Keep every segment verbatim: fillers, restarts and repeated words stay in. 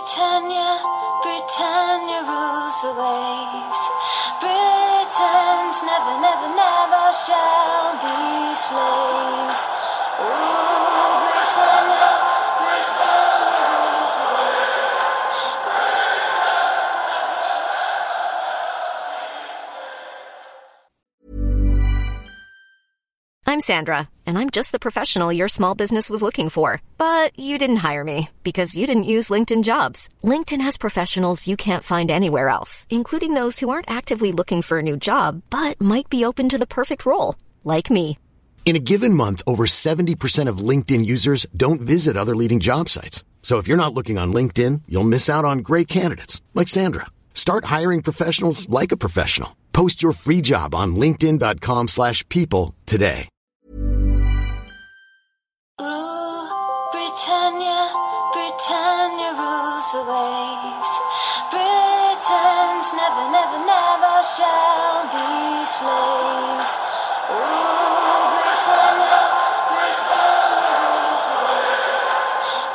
Britannia, Britannia rules the waves. Britons never, never, never shall be slaves. Oh, Britannia, Britannia rules the waves. I'm Sandra, and I'm just the professional your small business was looking for. But you didn't hire me because you didn't use LinkedIn Jobs. LinkedIn has professionals you can't find anywhere else, including those who aren't actively looking for a new job, but might be open to the perfect role, like me. In a given month, over seventy percent of LinkedIn users don't visit other leading job sites. So if you're not looking on LinkedIn, you'll miss out on great candidates, like Sandra. Start hiring professionals like a professional. Post your free job on linkedin dot com slash people today. Britannia, Britannia rules the waves. Britons never, never, never shall be slaves. Oh, Britannia, Britannia rules the waves.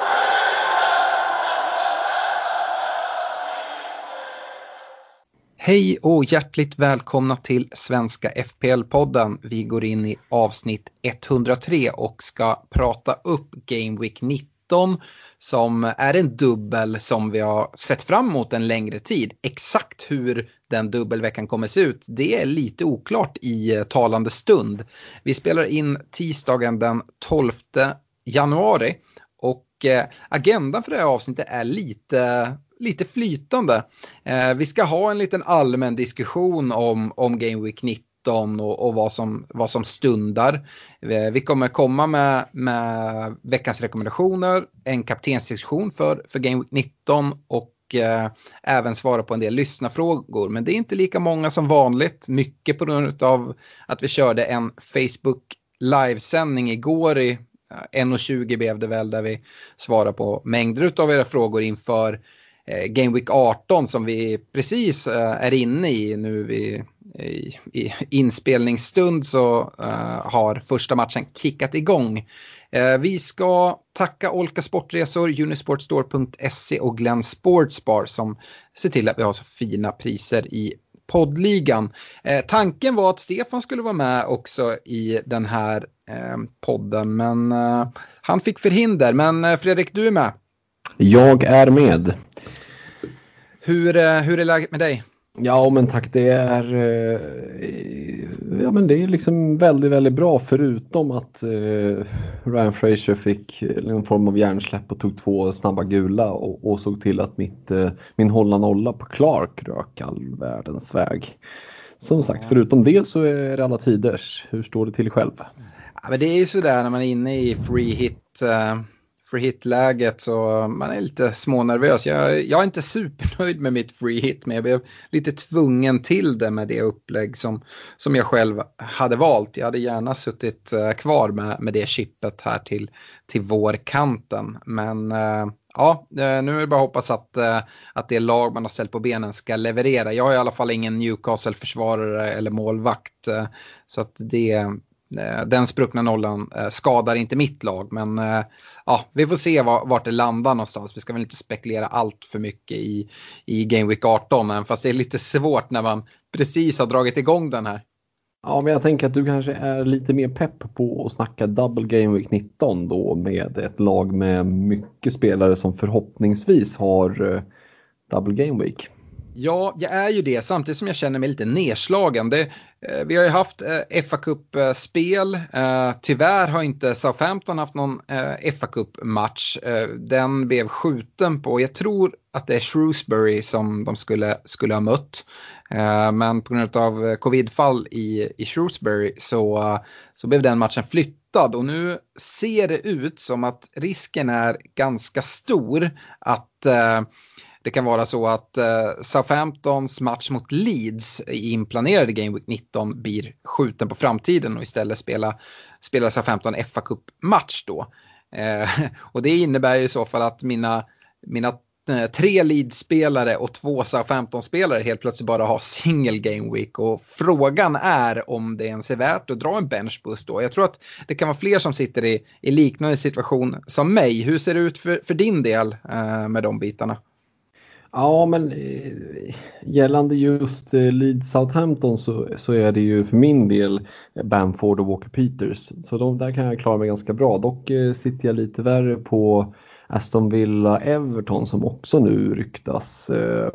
Hej och hjärtligt välkomna till Svenska F P L-podden. Vi går in i avsnitt etthundratre och ska prata upp Game Week nitton som är en dubbel som vi har sett fram emot en längre tid. Exakt hur den dubbelveckan kommer se ut, det är lite oklart i talande stund. Vi spelar in tisdagen den tolfte januari och agendan för det här avsnittet är lite... lite flytande. Eh, vi ska ha en liten allmän diskussion om, om Game Week nitton och, och vad, som, vad som stundar. Eh, vi kommer komma med, med veckans rekommendationer, en kaptenssektion för, för Game Week nitton och eh, även svara på en del lyssnarfrågor. Men det är inte lika många som vanligt. Mycket på grund av att vi körde en Facebook livesändning igår i en och tjugo blev det väl, där vi svarar på mängder av era frågor inför Game Week arton som vi precis uh, är inne i nu i, i, i inspelningsstund, så uh, har första matchen kickat igång. Uh, vi ska tacka Olka Sportresor, unisportstore punkt se och Glenn Sportsbar som ser till att vi har så fina priser i poddligan. Uh, tanken var att Stefan skulle vara med också i den här uh, podden, men uh, han fick förhinder. Men uh, Fredrik, du är med. Jag är med. Hur, hur är läget med dig? Ja, men tack, det är ja, men det är liksom väldigt, väldigt bra, förutom att eh, Ryan Fraser fick en form av hjärnsläpp och tog två snabba gula och, och såg till att mitt, eh, min hålla nolla på Clark rök all världens väg. Som sagt, förutom det så är det alla tiders. Hur står det till själv? Ja, men det är ju sådär när man är inne i free hit... Uh... free hit-läget, så man är lite smånervös. Jag, jag är inte supernöjd med mitt free hit, men jag blev lite tvungen till det med det upplägg som, som jag själv hade valt. Jag hade gärna suttit kvar med, med det chippet här till, till vårkanten. Men ja, nu är det bara att hoppas att, att det lag man har ställt på benen ska leverera. Jag är i alla fall ingen Newcastle-försvarare eller målvakt, så att det... Den spruckna nollan skadar inte mitt lag, men ja, vi får se vart det landar någonstans. Vi ska väl inte spekulera allt för mycket i, i Game Week arton, men fast det är lite svårt när man precis har dragit igång den här. Ja, men jag tänker att du kanske är lite mer pepp på att snacka double Game Week nitton då, med ett lag med mycket spelare som förhoppningsvis har double Game Week. Ja, jag är ju det, samtidigt som jag känner mig lite nedslagen. Det, eh, vi har ju haft eh, F A Cup-spel. Eh, tyvärr har inte Southampton haft någon eh, F A Cup-match. Eh, den blev skjuten på, jag tror att det är Shrewsbury som de skulle, skulle ha mött. Eh, men på grund av covid-fall i, i Shrewsbury så, så blev den matchen flyttad. Och nu ser det ut som att risken är ganska stor att... Eh, Det kan vara så att uh, Southamptons match mot Leeds i inplanerade Game Week nitton blir skjuten på framtiden och istället spela, spela Southampton F A Cup-match då. Uh, och det innebär i så fall att mina, mina uh, tre Leeds-spelare och två Southampton-spelare helt plötsligt bara har single Game Week. Och frågan är om det ens är värt att dra en benchboost då. Jag tror att det kan vara fler som sitter i, i liknande situation som mig. Hur ser det ut för, för din del uh, med de bitarna? Ja, men eh, gällande just eh, Leeds Southampton så, så är det ju för min del Bamford och Walker Peters. Så de, där kan jag klara mig ganska bra. Dock eh, sitter jag lite värre på Aston Villa Everton som också nu ryktas eh,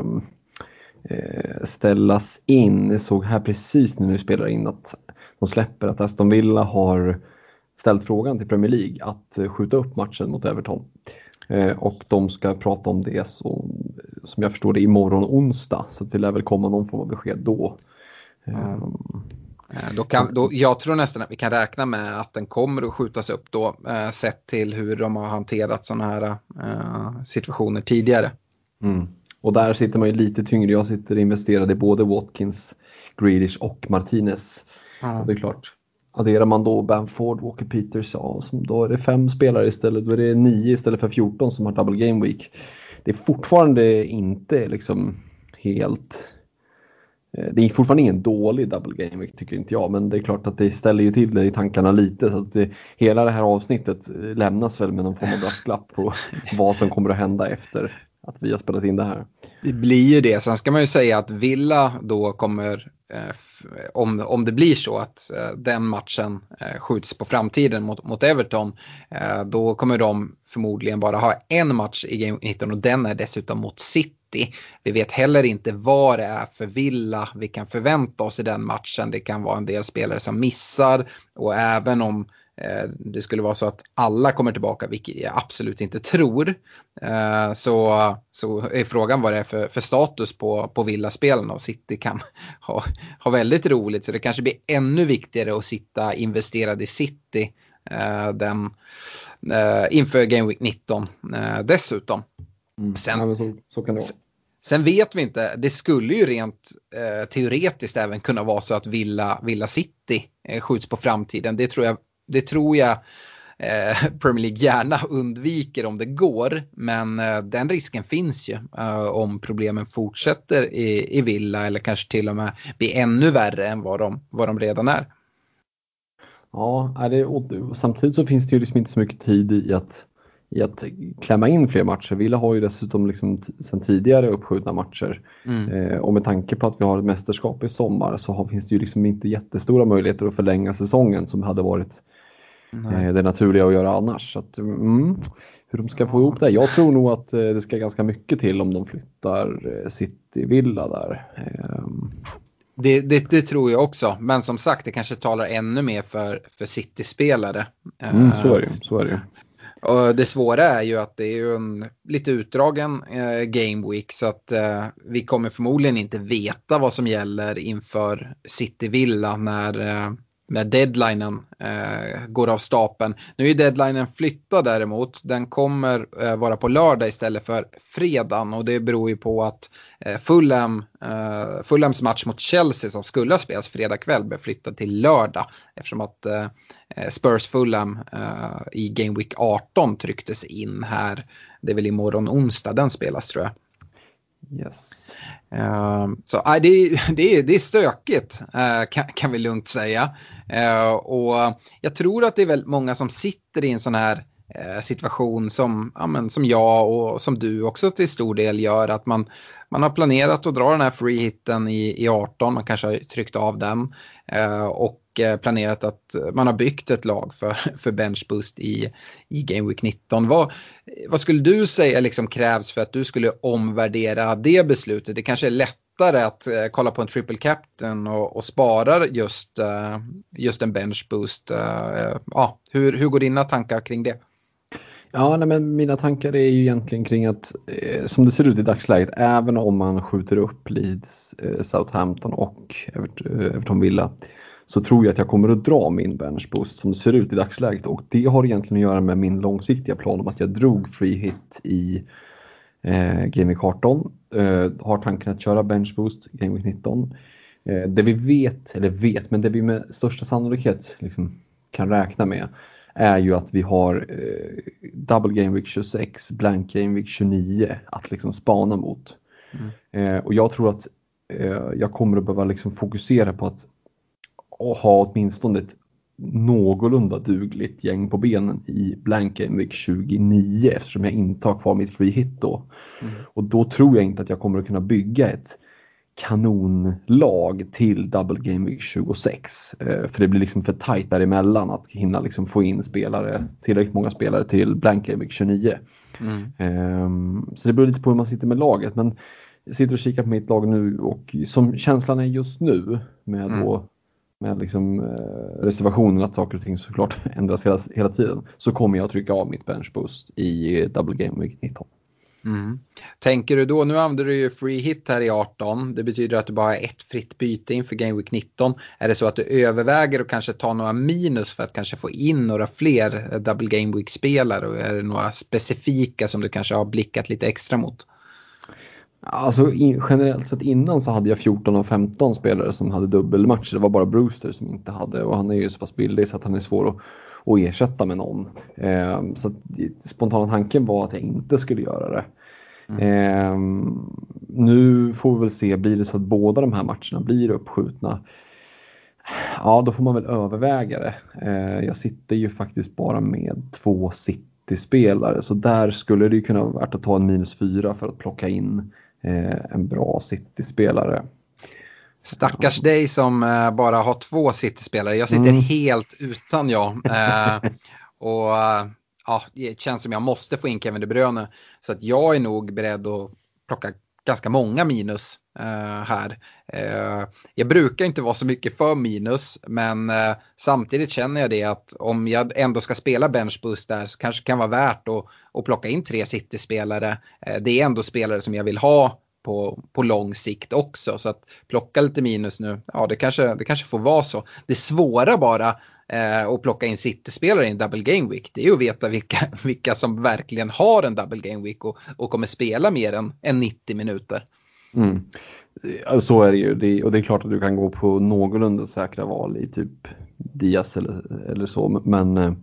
eh, ställas in. Jag såg här precis när vi spelar in att de släpper att Aston Villa har ställt frågan till Premier League att eh, skjuta upp matchen mot Everton. Eh, och de ska prata om det så, som jag förstår det imorgon onsdag. Så det lär väl komma någon form av besked då. Mm. Um, då kan, då, jag tror nästan att vi kan räkna med att den kommer att skjutas upp då. Eh, sett till hur de har hanterat sådana här eh, situationer tidigare. Mm. Och där sitter man ju lite tyngre. Jag sitter investerad i både Watkins, Grealish och Martinez. Mm. Och det är klart. Adderar man då Bamford, Walker Peters, ja, som då är det fem spelare istället. Då är det nio istället för fjorton som har double game week. Det är fortfarande inte liksom helt... Det är fortfarande ingen dålig double game week tycker inte jag. Men det är klart att det ställer ju till det i tankarna lite. Så att det, hela det här avsnittet lämnas väl med någon form av brasklapp på vad som kommer att hända efter att vi har spelat in det här. Det blir ju det. Sen ska man ju säga att Villa då kommer... Om, om det blir så att uh, den matchen uh, skjuts på framtiden mot, mot Everton, uh, då kommer de förmodligen bara ha en match i Game nitton och den är dessutom mot City. Vi vet heller inte vad det är för Villa vi kan förvänta oss i den matchen. Det kan vara en del spelare som missar och även om det skulle vara så att alla kommer tillbaka, vilket jag absolut inte tror, så, så är frågan vad det är för, för status på, på Villa-spelarna och City kan ha, ha väldigt roligt. Så det kanske blir ännu viktigare att sitta investerad i City den, inför Game Week nitton dessutom. Mm. Sen, ja, så, så kan det vara. Sen vet vi inte, det skulle ju rent eh, teoretiskt även kunna vara så att Villa, Villa City eh, skjuts på framtiden. Det tror jag Det tror jag eh, Premier League gärna undviker om det går. Men eh, den risken finns ju eh, om problemen fortsätter i, i Villa. Eller kanske till och med blir ännu värre än vad de, vad de redan är. Ja, är det, och samtidigt så finns det ju liksom inte så mycket tid i att, i att klämma in fler matcher. Villa har ju dessutom liksom t- sedan tidigare uppskjutna matcher. Mm. Eh, och med tanke på att vi har ett mästerskap i sommar så har, finns det ju liksom inte jättestora möjligheter att förlänga säsongen som hade varit eh, det naturliga att göra annars. Så att, mm, hur de ska få ihop det. Jag tror nog att eh, det ska ganska mycket till om de flyttar eh, City-Villa där. Eh, Det, det, det tror jag också. Men som sagt, det kanske talar ännu mer för, för City-spelare. Mm, så är det, så är det. Och det svåra är ju att det är ju en lite utdragen eh, game week så att eh, vi kommer förmodligen inte veta vad som gäller inför City Villa när, eh, när deadlinen eh, går av stapeln. Nu är deadlinen flyttad däremot. Den kommer eh, vara på lördag istället för fredagen och det beror ju på att eh, Fulham, eh, Fulhams match mot Chelsea som skulle ha spelats fredag kväll blev flyttad till lördag eftersom att eh, Spurs Fulham uh, i Game Week arton trycktes in här. Det är väl imorgon onsdag den spelas tror jag. Yes. Uh, så uh, det, det, det är stökigt uh, kan, kan vi lugnt säga. Uh, och jag tror att det är väl många som sitter i en sån här uh, situation som, ja, men, som jag och som du också till stor del gör. Att man, man har planerat att dra den här free hitten i, i arton. Man kanske har tryckt av den. Uh, och planerat att man har byggt ett lag för, för bench boost i, i Game Week nitton. Vad, vad skulle du säga liksom krävs för att du skulle omvärdera det beslutet? Det kanske är lättare att uh, kolla på en triple captain och, och spara just, uh, just en bench boost. Uh, uh, hur, hur går dina tankar kring det? Ja, nej, men mina tankar är ju egentligen kring att eh, som det ser ut i dagsläget, även om man skjuter upp Leeds, eh, Southampton och Everton, Everton Villa, så tror jag att jag kommer att dra min bench boost som det ser ut i dagsläget. Och det har egentligen att göra med min långsiktiga plan om att jag drog free hit i eh, Game Week arton. Eh, har tanken att köra bench boost i Game Week nitton. Eh, det vi vet, eller vet, men det vi med största sannolikhet liksom kan räkna med är ju att vi har eh, double Game Week tjugosex, blank Game Week tjugonio att liksom spana mot. Mm. Eh, och jag tror att eh, jag kommer att behöva liksom fokusera på att och ha åtminstone ett någorlunda dugligt gäng på benen i Blank Game Week tjugonio eftersom jag inte har kvar mitt free hit då. Mm. Och då tror jag inte att jag kommer att kunna bygga ett kanonlag till Double Game Week tjugosex. Eh, för det blir liksom för tajt däremellan att hinna liksom få in spelare, tillräckligt många spelare till Blank Game Week tjugonio. Mm. Eh, så det beror lite på hur man sitter med laget. Men jag sitter och kikar på mitt lag nu och som känslan är just nu med mm. då med liksom, eh, reservationen att saker och ting såklart ändras hela, hela tiden, så kommer jag att trycka av mitt bench boost i Double Game Week nitton. Mm. Tänker du då, nu använder du ju free hit här i arton, det betyder att du bara har ett fritt byte inför Game Week nitton. Är det så att du överväger att kanske ta några minus för att kanske få in några fler Double Game Week-spelare, och är det några specifika som du kanske har blickat lite extra mot? Alltså in, generellt sett innan så hade jag fjorton av femton spelare som hade dubbelmatcher. Det var bara Brewster som inte hade, och han är ju så pass billig så att han är svår att, att ersätta med någon. Eh, så att, spontana tanken var att jag inte skulle göra det. Mm. Eh, nu får vi väl se, blir det så att båda de här matcherna blir uppskjutna? Ja, då får man väl överväga det. Eh, jag sitter ju faktiskt bara med två City-spelare, så där skulle det ju kunna vara värt att ta en minus fyra för att plocka in en bra City-spelare. Stackars ja. dig som uh, bara har två City-spelare. Jag sitter mm. helt utan jag. Uh, och uh, ja, det känns som jag måste få in Kevin De Bruyne. Så att jag är nog beredd att plocka ganska många minus uh, här. Uh, jag brukar inte vara så mycket för minus, men uh, samtidigt känner jag det att om jag ändå ska spela bench boost där, så kanske det kan vara värt att, att plocka in tre City-spelare. Uh, det är ändå spelare som jag vill ha på, på lång sikt också, så att plocka lite minus nu, ja det kanske, det kanske får vara så. Det svåra bara eh, att plocka in City-spelare i en Double Game Week, det är ju att veta vilka, vilka som verkligen har en Double Game Week och, och kommer spela mer än, än nittio minuter. Mm. Så är det ju, det, och det är klart att du kan gå på någorlunda säkra val i typ Diaz eller, eller så, men eh,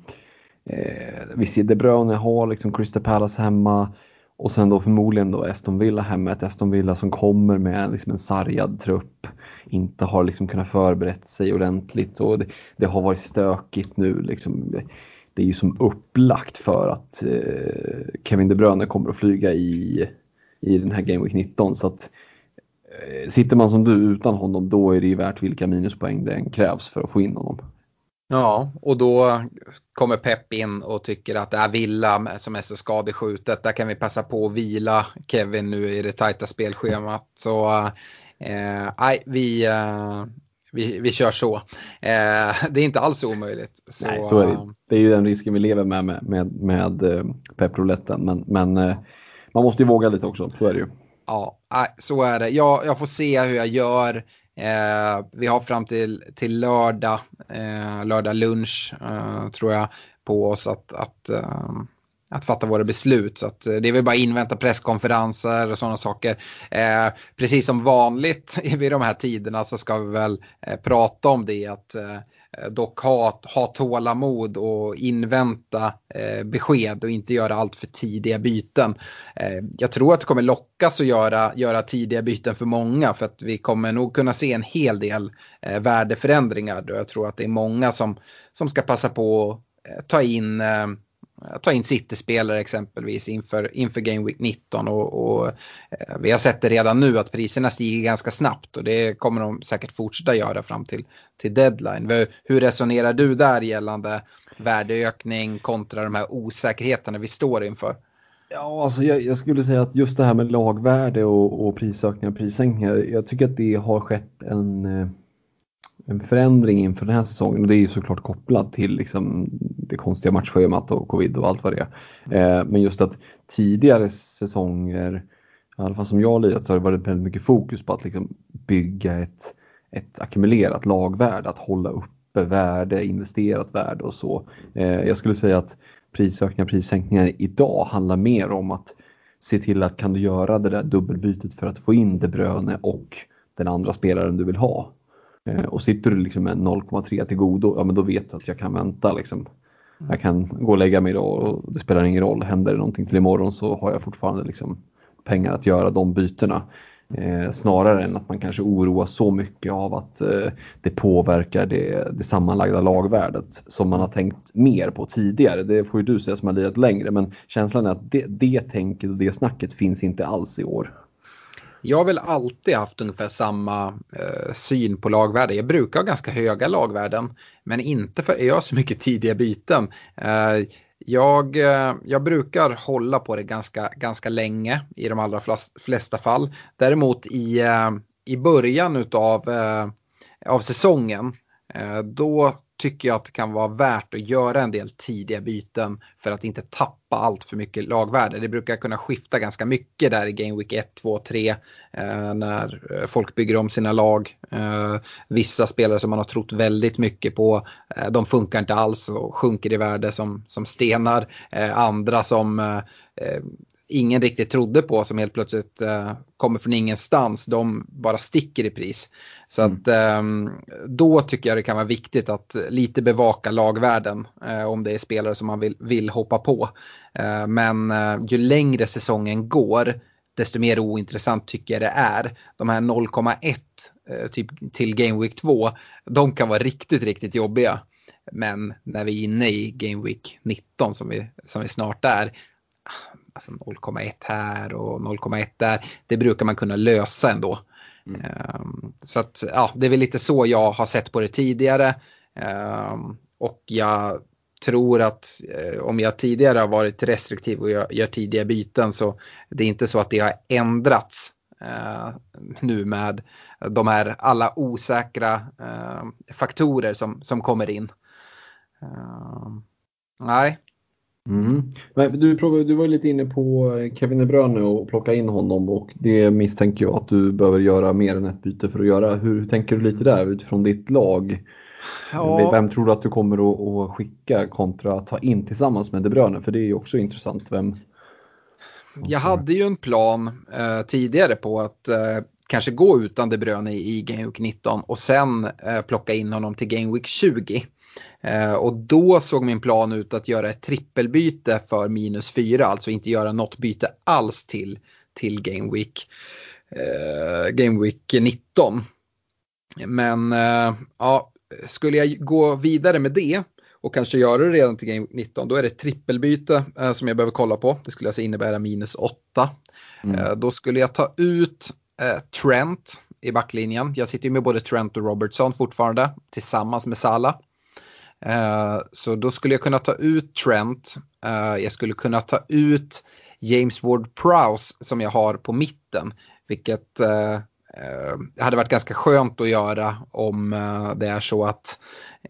vi ser De Bruyne har liksom Crystal Palace hemma. Och sen då förmodligen då Aston Villa hemma, ett Aston Villa som kommer med liksom en sargad trupp, inte har liksom kunnat förberett sig ordentligt, och det, det har varit stökigt nu liksom. Det är ju som upplagt för att eh, Kevin De Bruyne kommer att flyga i, i den här Game Week nitton, så att eh, sitter man som du utan honom, då är det ju värt vilka minuspoäng det än krävs för att få in honom. Ja, och då kommer Pep in och tycker att det är Villa som är så skadeskjutet. Där kan vi passa på att vila Kevin nu i det tajta spelschemat. Så eh, nej, vi, eh, vi, vi kör så. Eh, det är inte alls omöjligt. Så, nej, så är det. Det är ju den risken vi lever med med, med, med eh, Pep-rouletten. Men, men eh, man måste ju våga lite också, så är det ju. Ja, så är det. Jag, jag får se hur jag gör. Eh, vi har fram till, till lördag, eh, lördag lunch eh, tror jag på oss att, att, eh, att fatta våra beslut. Så att, det är väl bara invänta presskonferenser och sådana saker. Eh, precis som vanligt vid de här tiderna så ska vi väl eh, prata om det, att eh, dock ha, ha tålamod och invänta eh, besked och inte göra allt för tidiga byten. Eh, jag tror att det kommer lockas att göra, göra tidiga byten för många, för att vi kommer nog kunna se en hel del eh, värdeförändringar. Jag tror att det är många som, som ska passa på att eh, ta in eh, ta in City-spelare exempelvis inför, inför Game Week nitton, och, och eh, vi har sett det redan nu att priserna stiger ganska snabbt, och det kommer de säkert fortsätta göra fram till, till deadline. Hur resonerar du där gällande värdeökning kontra de här osäkerheterna vi står inför? Ja, alltså jag, jag skulle säga att just det här med lagvärde och, och prisökningar och prissänkningar, jag tycker att det har skett en en förändring inför den här säsongen, och det är ju såklart kopplat till liksom det konstiga matchschemat och covid och allt vad det är. Eh, men just att tidigare säsonger, i alla fall som jag har lirat, så har det varit väldigt mycket fokus på att liksom bygga ett, ett ackumulerat lagvärde, att hålla uppe värde, investerat värde och så. Eh, jag skulle säga att prisökningar och prissänkningar idag handlar mer om att se till att kan du göra det där dubbelbytet för att få in De Bruyne och den andra spelaren du vill ha. Och sitter du liksom med noll komma tre till godo, ja men då vet du att jag kan vänta liksom. Jag kan gå och lägga mig idag och det spelar ingen roll. Händer det någonting till imorgon så har jag fortfarande liksom pengar att göra de bytena. Eh, snarare än att man kanske oroas så mycket av att eh, det påverkar det, det sammanlagda lagvärdet som man har tänkt mer på tidigare. Det får ju du säga som har lirat längre, men känslan är att det, det tänket och det snacket finns inte alls i år. Jag har väl alltid haft ungefär samma eh, syn på lagvärde. Jag brukar ha ganska höga lagvärden, men inte för att jag gör så mycket tidiga byten. Eh, jag, eh, jag brukar hålla på det ganska, ganska länge i de allra flesta fall. Däremot i, eh, i början utav, eh, av säsongen, eh, då tycker jag att det kan vara värt att göra en del tidiga byten för att inte tappa allt för mycket lagvärde. Det brukar kunna skifta ganska mycket där i Game Week ett, två, tre eh, när folk bygger om sina lag. Eh, vissa spelare som man har trott väldigt mycket på, eh, de funkar inte alls och sjunker i värde som, som stenar. Eh, andra som eh, ingen riktigt trodde på, som helt plötsligt eh, kommer från ingenstans, de bara sticker i pris. Så mm. att eh, då tycker jag det kan vara viktigt att lite bevaka lagvärden eh, om det är spelare som man vill, vill hoppa på. Eh, men eh, ju längre säsongen går, desto mer ointressant tycker jag det är. De här noll komma ett eh, typ till Game Week två, de kan vara riktigt, riktigt jobbiga. Men när vi är inne i Game Week nitton som vi, som vi snart är, alltså noll komma ett här och noll komma ett där, det brukar man kunna lösa ändå. Mm. Um, så att ja, det är väl lite så jag har sett på det tidigare. Um, och jag tror att uh, om jag tidigare har varit restriktiv och jag gör tidiga byten, så det är inte så att det har ändrats uh, nu med de här alla osäkra uh, faktorer som, som kommer in. Uh, nej. Mm. Du, provade, du var lite inne på Kevin De Bruyne och plocka in honom, och det misstänker jag att du behöver göra mer än ett byte för att göra. Hur tänker du lite där utifrån ditt lag? Ja. Vem tror du att du kommer att, att skicka kontra att ta in tillsammans med De Bruyne? För det är ju också intressant. Vem... Jag hade ju en plan eh, tidigare på att eh, kanske gå utan De Bruyne i, i Game Week nitton och sen eh, plocka in honom till Game Week tjugo. Uh, och då såg min plan ut att göra ett trippelbyte för minus fyra, alltså inte göra något byte alls till, till Game Week, uh, Game Week nitton. Men uh, ja, skulle jag gå vidare med det och kanske göra det redan till Game Week nitton, då är det ett trippelbyte uh, som jag behöver kolla på. Det skulle alltså innebära minus åtta. Mm. Uh, då skulle jag ta ut uh, Trent i backlinjen. Jag sitter ju med både Trent och Robertson fortfarande tillsammans med Salah. Uh, så då skulle jag kunna ta ut Trent, uh, jag skulle kunna ta ut James Ward-Prowse som jag har på mitten, vilket uh, uh, hade varit ganska skönt att göra om uh, det är så att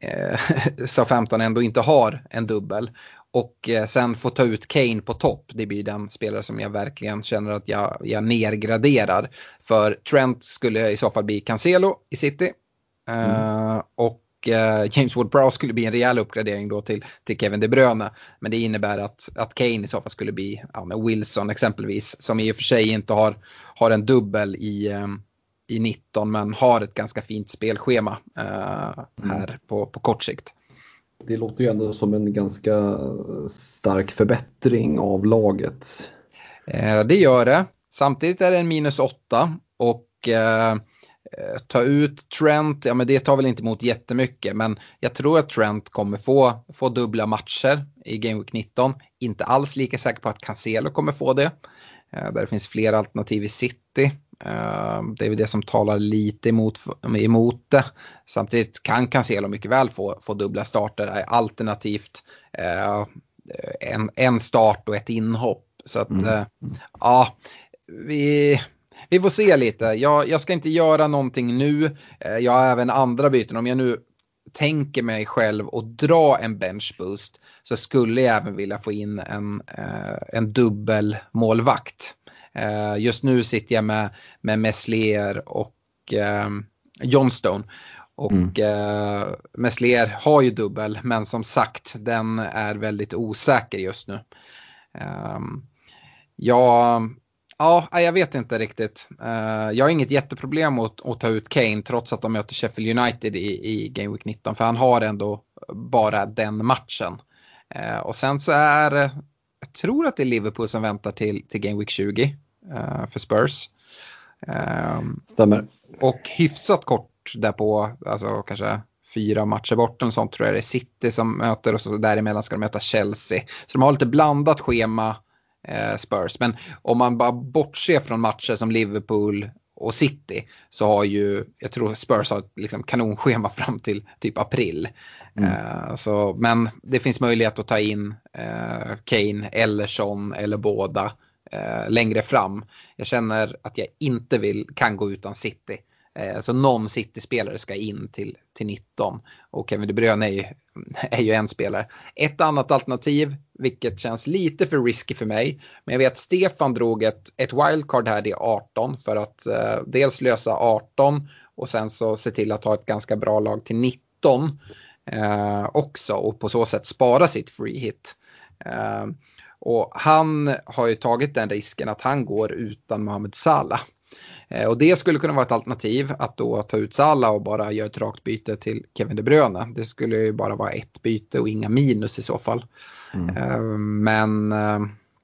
uh, Southampton ändå inte har en dubbel, och uh, sen få ta ut Kane på topp. Det blir den spelare som jag verkligen känner att jag, jag nergraderar, för Trent skulle i så fall bli Cancelo i City, uh, mm. och James Ward-Prowse skulle bli en rejäl uppgradering då till, till Kevin De Bruyne. Men det innebär att, att Kane i så fall skulle bli ja, med Wilson exempelvis, som i och för sig inte har, har en dubbel i, um, i nitton, men har ett ganska fint spelschema uh, här mm. på, på kort sikt. Det låter ju ändå som en ganska stark förbättring av laget. Uh, det gör det. Samtidigt är det en minus åtta, och uh, ta ut Trent, ja men det tar väl inte emot jättemycket, men jag tror att Trent kommer få, få dubbla matcher i Game Week nitton. Inte alls lika säker på att Cancelo kommer få det. Uh, där det finns flera alternativ i City. Uh, det är väl det som talar lite emot, emot det. Samtidigt kan Cancelo mycket väl få, få dubbla starter, alternativt uh, en, en start och ett inhopp. Så att, uh, ja, vi... Vi får se lite. Jag, jag ska inte göra någonting nu. Jag har även andra byten. Om jag nu tänker mig själv och dra en bench boost, så skulle jag även vilja få in en, en dubbel målvakt. Just nu sitter jag med, med Meslier och John Stone. Och mm. uh, Meslier har ju dubbel, men som sagt, den är väldigt osäker just nu. Um, jag... Ja, jag vet inte riktigt. Uh, jag har inget jätteproblem att, att ta ut Kane trots att de möter Sheffield United i, i Game Week nitton. För han har ändå bara den matchen. Uh, och sen så är jag tror att det är Liverpool som väntar till, till Game Week tjugo uh, för Spurs. Um, Stämmer. Och hyfsat kort därpå, alltså kanske fyra matcher bort och sånt tror jag det är City som möter och så däremellan ska de möta Chelsea. Så de har lite blandat schema eh, Spurs. Men om man bara bortser från matcher som Liverpool och City så har ju, jag tror Spurs har ett liksom kanonschema fram till typ april. Mm. Uh, så, men det finns möjlighet att ta in uh, Kane eller Son eller båda uh, längre fram. Jag känner att jag inte vill, kan gå utan City. Uh, så någon City-spelare ska in till, till nitton. Och Kevin De Bruyne är ju, är ju en spelare. Ett annat alternativ, vilket känns lite för risky för mig. Men jag vet att Stefan drog ett, ett wildcard här i arton för att uh, dels lösa arton och sen så se till att ha ett ganska bra lag till nitton. Eh, också och på så sätt spara sitt free hit. Eh, och han har ju tagit den risken att han går utan Mohamed Salah. Eh, och det skulle kunna vara ett alternativ att då ta ut Salah och bara göra ett rakt byte till Kevin De Bruyne. Det skulle ju bara vara ett byte och inga minus i så fall. Mm. Eh, men eh,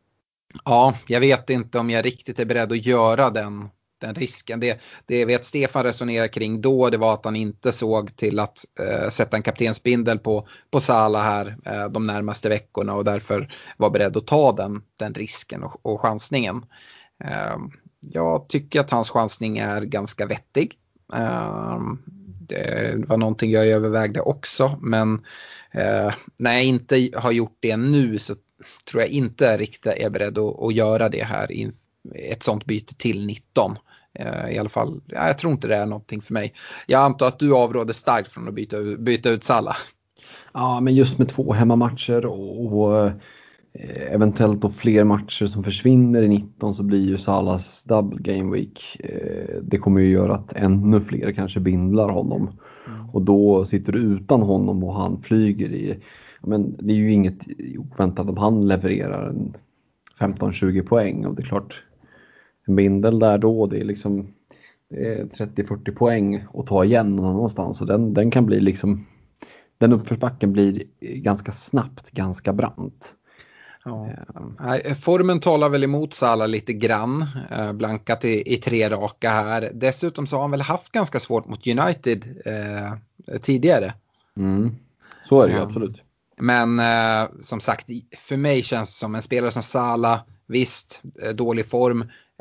ja, jag vet inte om jag riktigt är beredd att göra den den risken. Det, det vet Stefan resonerar kring då, det var att han inte såg till att eh, sätta en kaptensbindel på, på Salah här eh, de närmaste veckorna och därför var beredd att ta den, den risken och, och chansningen. Eh, jag tycker att hans chansning är ganska vettig. Eh, det var någonting jag övervägde också, men eh, när jag inte har gjort det nu så tror jag inte riktigt är beredd att, att göra det här i ett sånt byte till nitton. I alla fall, ja, jag tror inte det är någonting för mig. Jag antar att du avråder starkt från att byta, byta ut Salah. Ja, men just med två hemmamatcher och, och eh, eventuellt då fler matcher som försvinner i nitton så blir ju Salahs double game week. Eh, det kommer ju göra att ännu fler kanske bindlar honom. Mm. Och då sitter du utan honom och han flyger i... Men det är ju inget oväntat om han levererar en femton tjugo poäng och det är klart... En bindel där då, det är liksom trettio fyrtio poäng att ta igen någon annanstans. Så den, den kan bli liksom, den uppförsbacken blir ganska snabbt, ganska brant. Ja. Formen talar väl emot Salah lite grann, blankat i, i tre raka här. Dessutom så har han väl haft ganska svårt mot United eh, tidigare. Mm. Så är det ju, ja, absolut. Men eh, som sagt, för mig känns det som en spelare som Salah, visst, dålig form.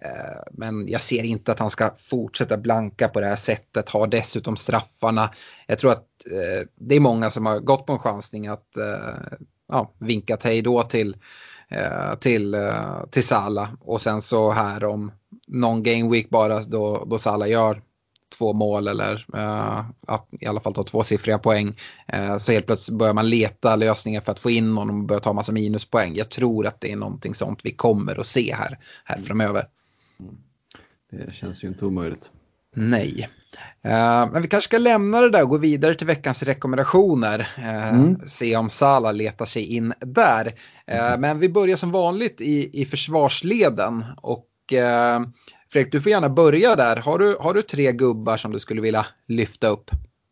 Men jag ser inte att han ska fortsätta blanka på det här sättet. Har dessutom straffarna. Jag tror att eh, det är många som har gått på en chansning att eh, ja, vinkat hej då till, eh, till, eh, till Salah. Och sen så här om någon game week bara då, då Salah gör två mål eller eh, att i alla fall ta tvåsiffriga poäng. Eh, så helt plötsligt börjar man leta lösningar för att få in honom och börja ta massa minuspoäng. Jag tror att det är någonting sånt vi kommer att se här, här framöver. Mm. Det känns ju inte omöjligt. Nej. Uh, men vi kanske ska lämna det där och gå vidare till veckans rekommendationer. Uh, mm. Se om Salah letar sig in där. Uh, mm. Men vi börjar som vanligt i, i försvarsleden. Och uh, Fredrik, du får gärna börja där. Har du, har du tre gubbar som du skulle vilja lyfta upp?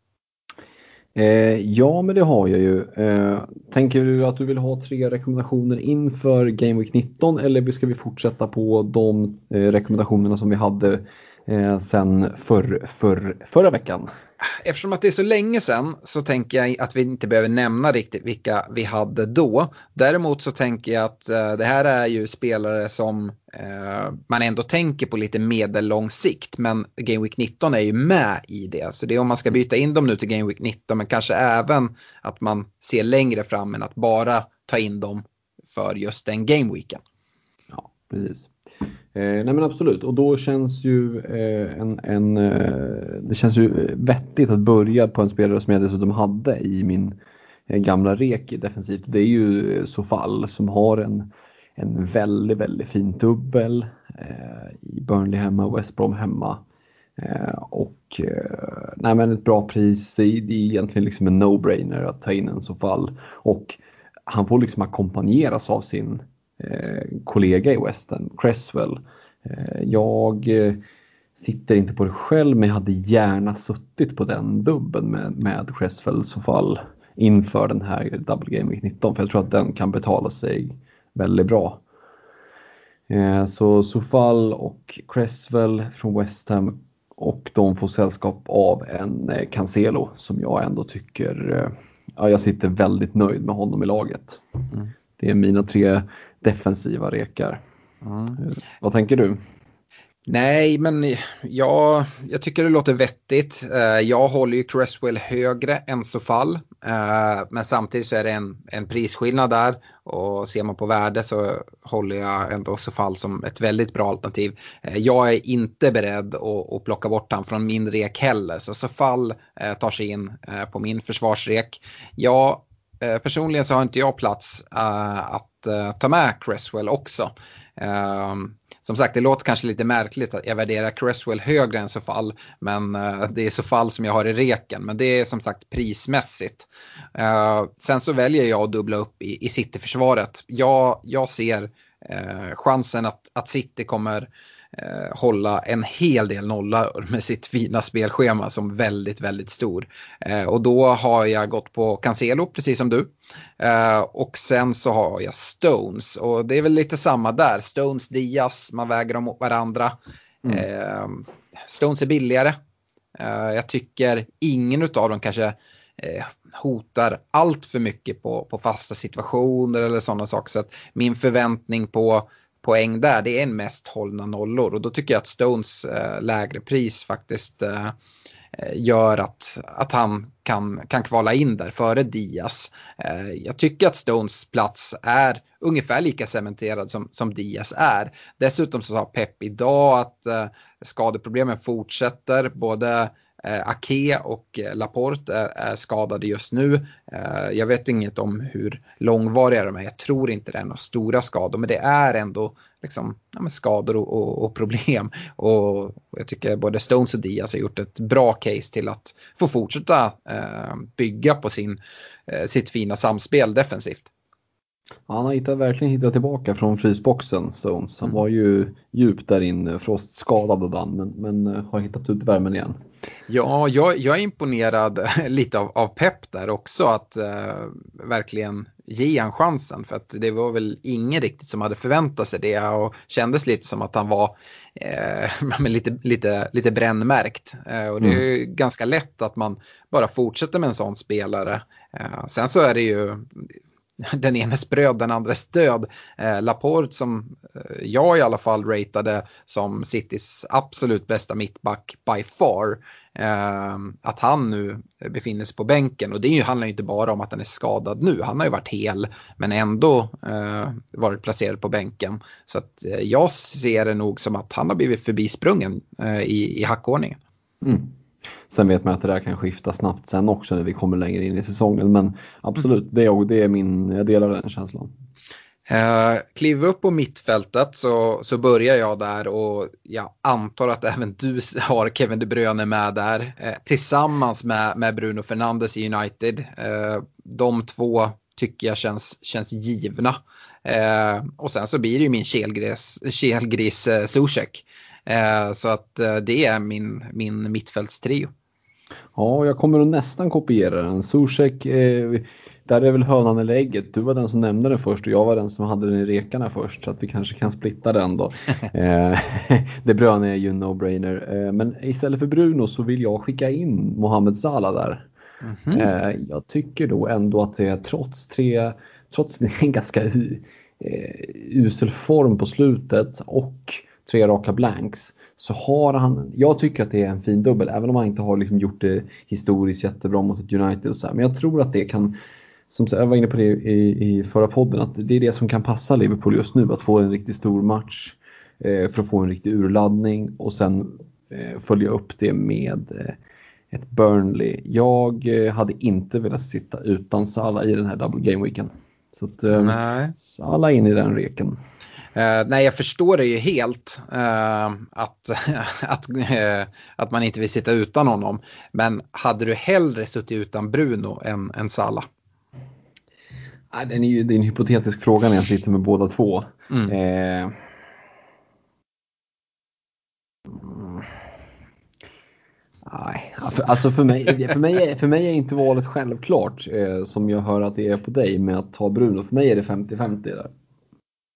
Eh, ja, men det har jag ju. Eh, tänker du att du vill ha tre rekommendationer inför Game Week nitton eller ska vi fortsätta på de eh, rekommendationerna som vi hade eh, sen för, för, förra veckan? Eftersom att det är så länge sedan så tänker jag att vi inte behöver nämna riktigt vilka vi hade då. Däremot så tänker jag att eh, det här är ju spelare som eh, man ändå tänker på lite medellång sikt. Men Game Week nitton är ju med i det. Så det är om man ska byta in dem nu till Game Week nitton men kanske även att man ser längre fram än att bara ta in dem för just den Game Weeken. Ja, precis. Eh, nej men absolut, och då känns ju eh, en, en eh, det känns ju vettigt att börja på en spelare som jag dessutom hade i min eh, gamla rek defensivt. Det är ju Sofall som har en, en väldigt, väldigt fin dubbel eh, i Burnley hemma och West Brom hemma. Eh, och eh, nej men ett bra pris, det är, det är egentligen liksom en no-brainer att ta in en Sofall. Och han får liksom ackompanjeras av sin Eh, kollega i Western, Cresswell. Eh, jag eh, sitter inte på det själv men jag hade gärna suttit på den dubben med, med Cresswell så fall inför den här Double Game Week nitton för jag tror att den kan betala sig väldigt bra. Eh, så Soufal och Cresswell från West Ham, och de får sällskap av en eh, Cancelo som jag ändå tycker, eh, ja, jag sitter väldigt nöjd med honom i laget. Mm. Det är mina tre defensiva rekar. Mm. Eh, vad tänker du? Nej, men ja, jag tycker det låter vettigt. Jag håller ju Cresswell högre än Soufal. Men samtidigt så är det en, en prisskillnad där. Och ser man på värde så håller jag ändå Soufal som ett väldigt bra alternativ. Jag är inte beredd att, att plocka bort han från min rek heller. Så Soufal tar sig in på min försvarsrek. Jag, personligen så har inte jag plats att ta med Cresswell också. Um, som sagt, det låter kanske lite märkligt att jag värderar Cresswell högre än Soufal, men uh, det är Soufal som jag har i reken, men det är som sagt prismässigt. Uh, sen så väljer jag att dubbla upp i, i City-försvaret. Jag, jag ser uh, chansen att, att City kommer Eh, hålla en hel del nollor med sitt fina spelschema som väldigt, väldigt stor. Eh, och då har jag gått på Cancelo, precis som du. Eh, och sen så har jag Stones. Och det är väl lite samma där. Stones, Diaz, man väger dem mot varandra. Mm. Eh, Stones är billigare. Eh, jag tycker ingen av dem kanske eh, hotar allt för mycket på, på fasta situationer eller sådana saker. Så att min förväntning på poäng där, det är en mest hållna nollor, och då tycker jag att Stones äh, lägre pris faktiskt äh, gör att, att han kan, kan kvala in där före Diaz. Äh, jag tycker att Stones plats är ungefär lika cementerad som, som Diaz är. Dessutom så har Pep idag att äh, skadeproblemen fortsätter, både Eh, Ake och eh, Laporte är, är skadade just nu. Eh, jag vet inget om hur långvariga de är. Jag tror inte det är några stora skador, men det är ändå liksom, ja, med skador och, och, och problem. Och jag tycker både Stones och Diaz har gjort ett bra case till att få fortsätta eh, bygga på sin, eh, sitt fina samspel defensivt. Ja, han har hittat, verkligen hittat tillbaka från frysboxen, Stones. Han var ju djupt där inne, frostskadad och dan, men, men har hittat ut värmen igen. Ja, jag, jag är imponerad lite av, av Pep där också, att uh, verkligen ge han chansen. För att det var väl ingen riktigt som hade förväntat sig det, och kändes lite som att han var eh, lite, lite, lite brännmärkt. Eh, och det är ju mm. ganska lätt att man bara fortsätter med en sån spelare. Eh, sen så är det ju den enes bröd, den andres död. Eh, Laporte som eh, jag i alla fall ratade som Citys absolut bästa mittback by far. Eh, att han nu befinner sig på bänken, och det handlar ju inte bara om att han är skadad nu. Han har ju varit hel men ändå eh, varit placerad på bänken. Så att eh, jag ser det nog som att han har blivit förbisprungen eh, i, i hackordningen. Mm. Sen vet man att det där kan skifta snabbt sen också när vi kommer längre in i säsongen. Men absolut, det är, det är min, jag delar den känslan. Uh, kliv upp på mittfältet så, så börjar jag där, och jag antar att även du har Kevin De Bruyne med där. Uh, tillsammans med, med Bruno Fernandes i United. Uh, de två tycker jag känns, känns givna. Uh, och sen så blir det ju min kelgris, kelgris uh, Zuzek. Uh, så att uh, det är min, min mittfältstrio. Ja, jag kommer att nästan kopiera den. Zuzek, eh, där är väl hönan eller ägget. Du var den som nämnde den först och jag var den som hade den i rekarna först. Så att vi kanske kan splitta den då. eh, det Bruyne är ju en no-brainer. Eh, men istället för Bruno så vill jag skicka in Mohamed Salah där. Mm-hmm. Eh, jag tycker då ändå att det är trots tre, trots en ganska eh, usel form på slutet och tre raka blanks, så har han, jag tycker att det är en fin dubbel, även om han inte har liksom gjort det historiskt jättebra mot ett United och så här. Men jag tror att det kan, som jag var inne på det i, i förra podden, att det är det som kan passa Liverpool just nu, att få en riktigt stor match eh, för att få en riktig urladdning och sen eh, följa upp det med eh, ett Burnley. Jag eh, hade inte velat sitta utan Salah i den här double game weekend. Så att eh, Nej. Salah in i den reken. Uh, nej, jag förstår det ju helt uh, att, att, uh, att man inte vill sitta utan honom. Men hade du hellre suttit utan Bruno än, än Salah? Nej, det är ju det är en hypotetisk fråga när jag sitter med båda två. Mm. Eh, nej, alltså för mig, för, mig är, för mig är inte valet självklart eh, som jag hör att det är på dig med att ta Bruno. För mig är det femtio femtio där.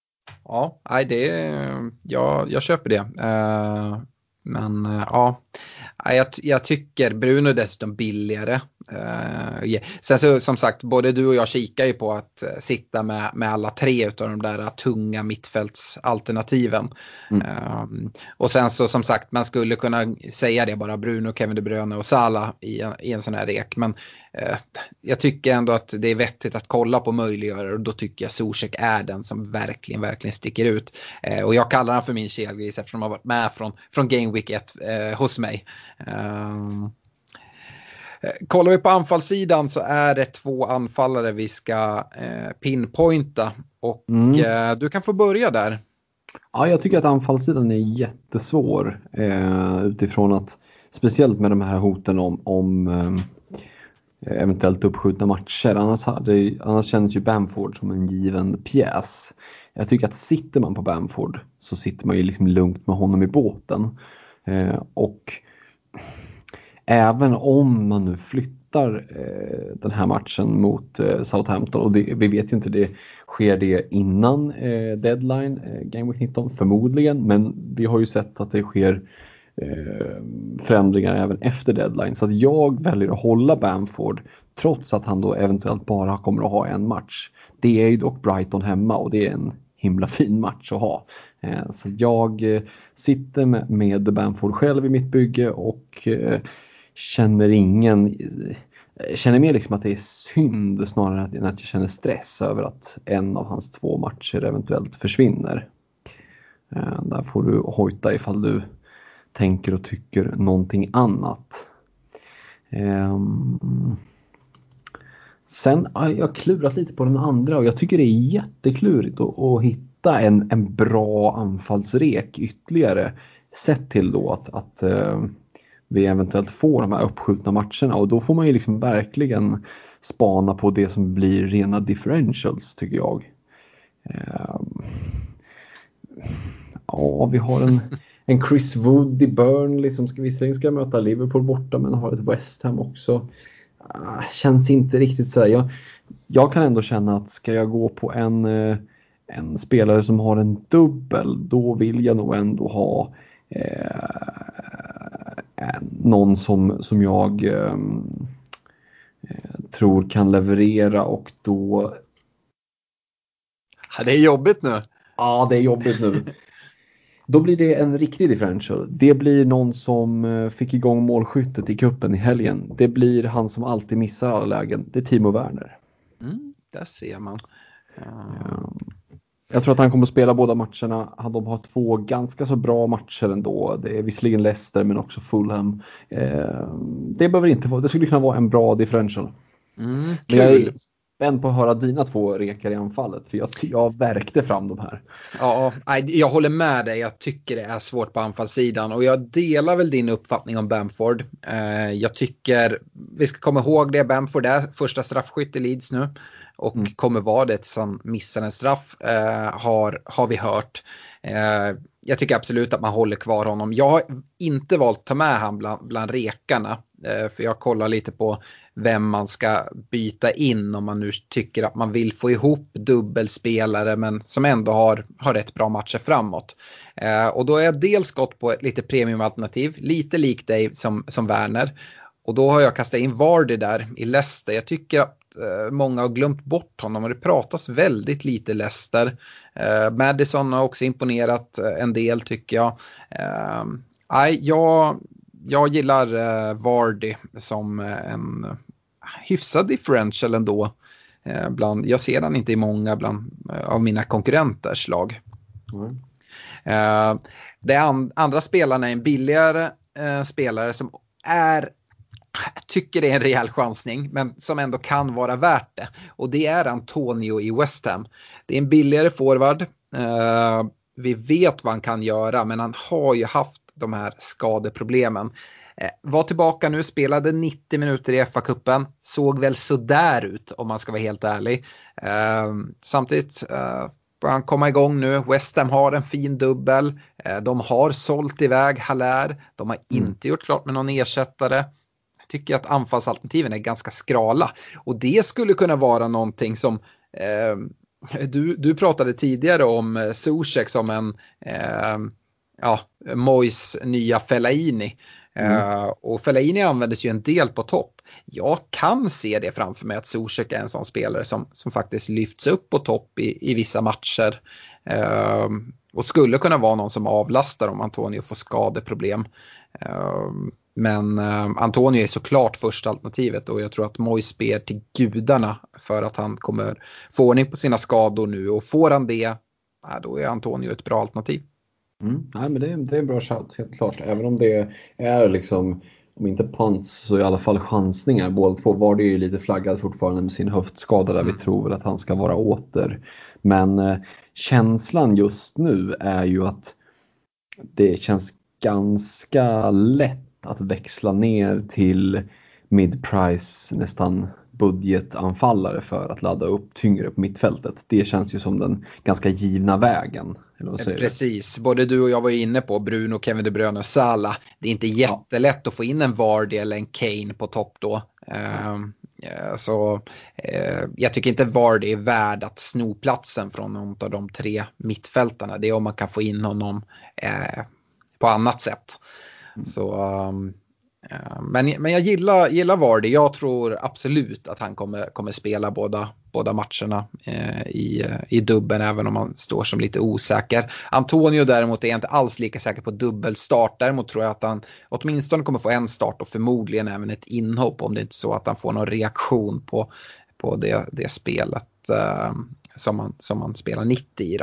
Ja, nej, det, jag, jag köper det. Uh, men uh, ja, jag, jag tycker Bruno är dessutom billigare. Uh, yeah. Sen så som sagt, både du och jag kikar ju på att uh, sitta med, med alla tre utav de där uh, tunga mittfältsalternativen. Mm. Uh, och sen så som sagt, man skulle kunna säga det bara Bruno, Kevin De Bruyne och Salah i, i en sån här rek. Men uh, jag tycker ändå att det är vettigt att kolla på möjliggörare, och då tycker jag Zuzek är den som verkligen, verkligen sticker ut. Uh, och jag kallar han för min kelgris eftersom han har varit med från, från Game Week ett uh, hos mig. Uh, Kollar vi på anfallssidan så är det två anfallare vi ska eh, pinpointa. Och mm. eh, du kan få börja där. Ja, jag tycker att anfallssidan är jättesvår. Eh, utifrån att, speciellt med de här hoten om, om eh, eventuellt uppskjutna matcher. Annars, hade, annars känns ju Bamford som en given pjäs. Jag tycker att sitter man på Bamford så sitter man ju liksom lugnt med honom i båten. Eh, och... Även om man nu flyttar eh, den här matchen mot eh, Southampton, och det, vi vet ju inte, det sker det innan eh, deadline, eh, Game Week nitton förmodligen, men vi har ju sett att det sker eh, förändringar även efter deadline, så att jag väljer att hålla Bamford trots att han då eventuellt bara kommer att ha en match. Det är ju dock Brighton hemma, och det är en himla fin match att ha. Eh, så jag eh, sitter med, med Bamford själv i mitt bygge och eh, känner ingen känner mer liksom att det är synd snarare än att jag känner stress över att en av hans två matcher eventuellt försvinner. Eh, där får du hojta ifall du tänker och tycker någonting annat. Eh, sen har jag klurat lite på den andra, och jag tycker det är jätteklurigt att, att hitta en, en bra anfallsrek ytterligare, sett till då att, att eh, vi eventuellt får de här uppskjutna matcherna, och då får man ju liksom verkligen spana på det som blir rena differentials, tycker jag. Uh, ja, vi har en, en Chris Wood i Burnley som ska, visserligen ska möta Liverpool borta, men har ett West Ham också. Uh, känns inte riktigt så här. Jag, jag kan ändå känna att ska jag gå på en, en spelare som har en dubbel, då vill jag nog ändå ha uh, någon som, som jag eh, tror kan leverera, och då... Ja, det är jobbigt nu. Ja, det är jobbigt nu. Då blir det en riktig differential. Det blir någon som fick igång målskyttet i kuppen i helgen. Det blir han som alltid missar alla lägen. Det är Timo Werner. Mm, där ser man. Uh... Jag tror att han kommer att spela båda matcherna. De har två ganska så bra matcher ändå. Det är visserligen Leicester men också Fulham. Eh, det behöver inte vara, det skulle kunna vara en bra differential. Mm, men jag är spänd på att höra dina två rekar i anfallet, för jag, jag verkte fram de här. Ja, jag håller med dig. Jag tycker det är svårt på anfallssidan, och jag delar väl din uppfattning om Bamford. Eh, jag tycker vi ska komma ihåg det. Bamford är första straffskytt i Leeds nu. Och mm. kommer vara det tills han missar en straff, eh, har, har vi hört. Eh, jag tycker absolut att man håller kvar honom. Jag har inte valt att ta med han bland, bland rekarna. Eh, för jag kollar lite på vem man ska byta in om man nu tycker att man vill få ihop dubbelspelare, men som ändå har, har rätt bra matcher framåt. Eh, och då är jag dels gått på ett lite premiumalternativ, lite likt dig som, som Werner. Och då har jag kastat in Vardy där i Leicester. Jag tycker att eh, många har glömt bort honom, och det pratas väldigt lite Leicester. Eh, Madison har också imponerat en del, tycker jag. Eh, nej, jag, jag gillar eh, Vardy som en hyfsad differential ändå. Eh, bland, jag ser den inte i många bland, eh, av mina konkurrenters lag. Mm. Eh, det an, andra spelarna är en billigare eh, spelare som är... Jag tycker det är en rejäl chansning, men som ändå kan vara värt det. Och det är Antonio i West Ham. Det är en billigare forward. Uh, vi vet vad han kan göra, men han har ju haft de här skadeproblemen. Uh, var tillbaka nu, spelade nittio minuter i F A-cupen. Såg väl så där ut, om man ska vara helt ärlig. Uh, samtidigt... Uh, han komma igång nu. West Ham har en fin dubbel. Uh, de har sålt iväg Haller. De har mm. inte gjort klart med någon ersättare. Tycker att anfallsalternativen är ganska skrala, och det skulle kunna vara någonting som eh, Du, du pratade tidigare om Zuzek som en eh, ja, Mois nya Fellaini. Mm. Uh, och Fellaini användes ju en del på topp. Jag kan se det framför mig att Zuzek är en sån spelare som, som faktiskt lyfts upp på topp i, i vissa matcher. Uh, och skulle kunna vara någon som avlastar om Antonio får skadeproblem. Uh, men uh, Antonio är såklart första alternativet och jag tror att Mois ber till gudarna för att han kommer få ordning på sina skador nu. Och får han det, ja, då är Antonio ett bra alternativ. Mm. Nej, men det är, det är en bra shout, helt klart. Även om det är liksom, om inte punts så i alla fall chansningar. Båda två var det ju lite flaggad fortfarande med sin höftskada där mm. vi tror att han ska vara åter. Men eh, känslan just nu är ju att det känns ganska lätt att växla ner till mid-price, nästan budgetanfallare för att ladda upp tyngre på mittfältet. Det känns ju som den ganska givna vägen. Precis, det? Både du och jag var inne på Bruno, Kevin De Bruyne och Salah. Det är inte jättelätt ja. att få in en Vardy eller en Kane på topp då. Uh, så uh, jag tycker inte Vardy är värd att sno platsen från någon av de tre mittfältarna. Det är om man kan få in honom uh, på annat sätt. Mm. Så... Um, Men, men jag gillar, gillar Vardy. Jag tror absolut att han kommer, kommer spela båda, båda matcherna eh, i, i dubben, även om han står som lite osäker. Antonio däremot är inte alls lika säker på dubbelstart. Däremot tror jag att han åtminstone kommer få en start och förmodligen även ett inhopp om det inte är så att han får någon reaktion på, på det, det spelet eh, som, man, som man spelar nittio i då.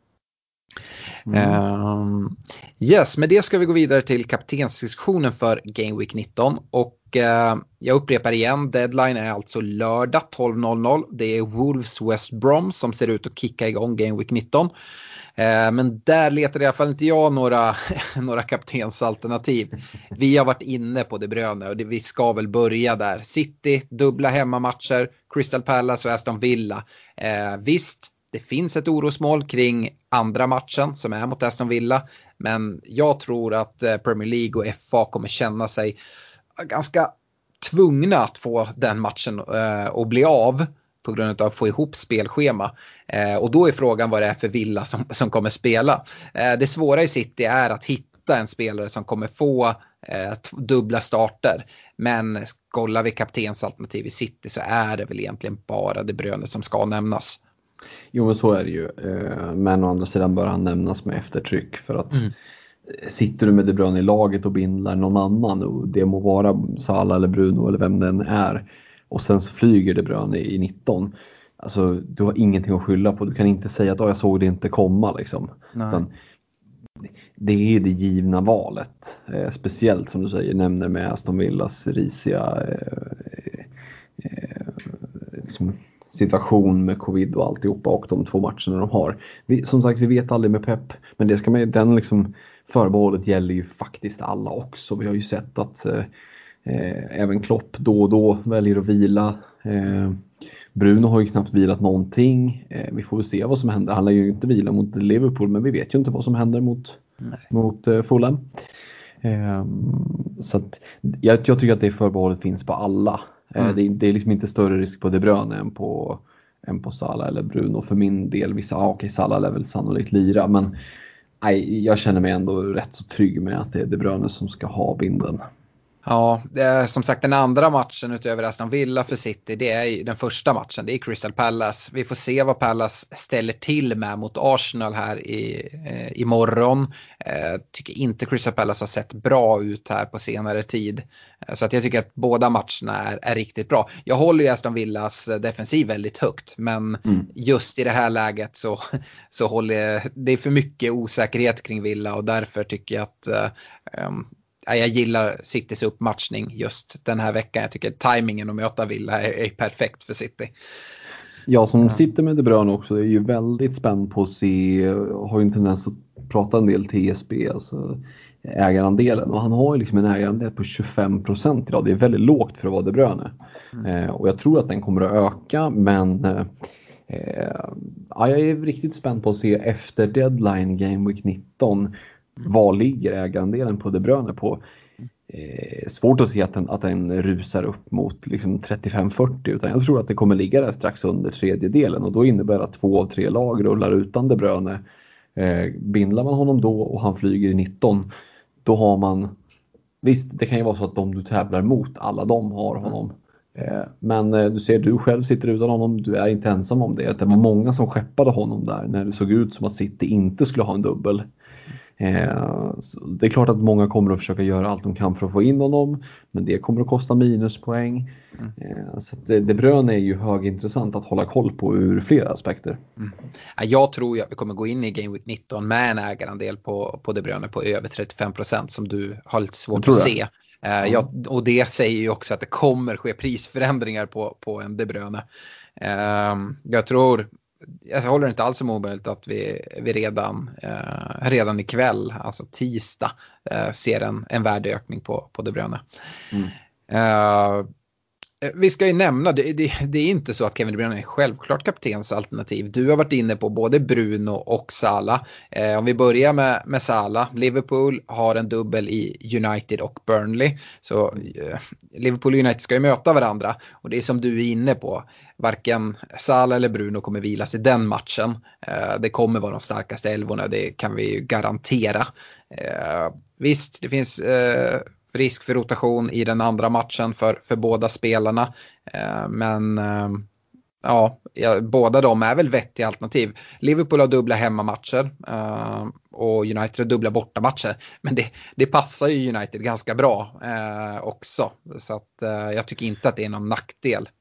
Mm. Um, yes, med det ska vi gå vidare till kaptensdiskussionen för Game Week nitton och uh, jag upprepar igen, deadline är alltså lördag tolv noll noll. Det är Wolves West Brom som ser ut att kicka igång Game Week nitton. Uh, men där letar i alla fall inte jag några, några kaptensalternativ. Vi har varit inne på De Bruyne och det, vi ska väl börja där. City, dubbla hemmamatcher, Crystal Palace och Aston Villa. Uh, visst, det finns ett orosmål kring andra matchen som är mot Aston Villa. Men jag tror att Premier League och F A kommer känna sig ganska tvungna att få den matchen att bli av på grund av att få ihop spelschema. Och då är frågan vad det är för Villa som, som kommer spela. Det svåra i City är att hitta en spelare som kommer få dubbla starter. Men kollar vi kaptensalternativ i City så är det väl egentligen bara De Bruyne som ska nämnas. Jo, men så är det ju. Men å andra sidan bör han nämnas med eftertryck för att mm. sitter du med De Bruyne i laget och bindlar någon annan, och det må vara Salah eller Bruno eller vem den är, och sen så flyger De Bruyne i nitton. Alltså, du har ingenting att skylla på. Du kan inte säga att jag såg det inte komma liksom. Utan, det är det givna valet. Eh, speciellt som du säger, nämner med Aston Villas risiga eh, eh, liksom, situation med covid och alltihopa och de två matcherna de har. Vi, som sagt, vi vet aldrig med Pep, men det ska man, den liksom förbehållet gäller ju faktiskt alla också. Vi har ju sett att eh, även Klopp då och då väljer att vila. Eh, Bruno har ju knappt vilat någonting. Eh, vi får väl se vad som händer. Han lär ju inte vila mot Liverpool, men vi vet ju inte vad som händer mot, mot eh, Fulham. Eh, så att, jag, jag tycker att det förbehållet finns på alla. Mm. Det, det är liksom inte större risk på De Bruyne än på, än på Salah eller Bruno för min del. Vissa, ah, okej, Salah lär väl sannolikt lira, men nej, jag känner mig ändå rätt så trygg med att det är De Bruyne som ska ha binden. Ja, det är, som sagt, den andra matchen utöver Aston Villa för City, det är den första matchen, det är Crystal Palace. Vi får se vad Palace ställer till med mot Arsenal här i, eh, imorgon. Eh, tycker inte Crystal Palace har sett bra ut här på senare tid. Eh, så att jag tycker att båda matcherna är, är riktigt bra. Jag håller ju Aston Villas defensiv väldigt högt, men mm. just i det här läget så, så håller jag, det är för mycket osäkerhet kring Villa, och därför tycker jag att eh, um, jag gillar Citys uppmatchning just den här veckan. Jag tycker tajmingen att möta Villa är, är perfekt för City. Jag som sitter med De Bruyne också är ju väldigt spänd på att se, har ju en tendens att prata en del T S B, alltså ägarandelen. Och han har ju liksom en ägarandel på tjugofem procent idag. Det är väldigt lågt för att vara De Bruyne. Mm. Eh, och jag tror att den kommer att öka, men eh, ja, jag är riktigt spänd på att se efter deadline Game Week nitton. Vad ligger ägarandelen på De Bruyne på? eh, svårt att se att den, att den rusar upp mot liksom trettiofem fyrtio, utan jag tror att det kommer ligga där strax under tredjedelen, och då innebär det att två av tre lag rullar utan De Bruyne. Eh, bindlar man honom då och han flyger i nitton, då har man, visst det kan ju vara så att de du tävlar mot, alla de har honom. Eh, men eh, du ser, du själv sitter utan honom, du är inte ensam om det. Det var många som skeppade honom där när det såg ut som att City inte skulle ha en dubbel. Eh, så det är klart att många kommer att försöka göra allt de kan för att få in honom, men det kommer att kosta minuspoäng. Mm. Eh, så att det, De Bruyne är ju högintressant att hålla koll på ur flera aspekter. Mm. Jag tror att vi kommer gå in i Game Week nitton med en ägarandel på, på De Bruyne på över trettiofem procent, som du har lite svårt att se. Eh, mm. jag, och det säger ju också att det kommer ske prisförändringar på, på en De Bruyne. Eh, jag tror Jag håller inte alls som omöjligt att vi, vi redan, eh, redan ikväll, alltså tisdag, eh, ser en, en värdeökning på, på De Bruyne. Mm. Eh, vi ska ju nämna, det, det, det är inte så att Kevin De Bruyne är självklart kaptens alternativ. Du har varit inne på både Bruno och Salah. Eh, om vi börjar med, med Salah. Liverpool har en dubbel i United och Burnley. Så eh, Liverpool och United ska ju möta varandra. Och det är som du är inne på. Varken Salah eller Bruno kommer vilas i den matchen. Eh, det kommer vara de starkaste elvorna, det kan vi ju garantera. Eh, visst, det finns Eh, risk för rotation i den andra matchen för, för båda spelarna. Eh, men eh, ja, ja, båda de är väl vettiga alternativ. Liverpool har dubbla hemmamatcher eh, och United har dubbla bortamatcher. Men det, det passar ju United ganska bra eh, också. Så att, eh, jag tycker inte att det är någon nackdel.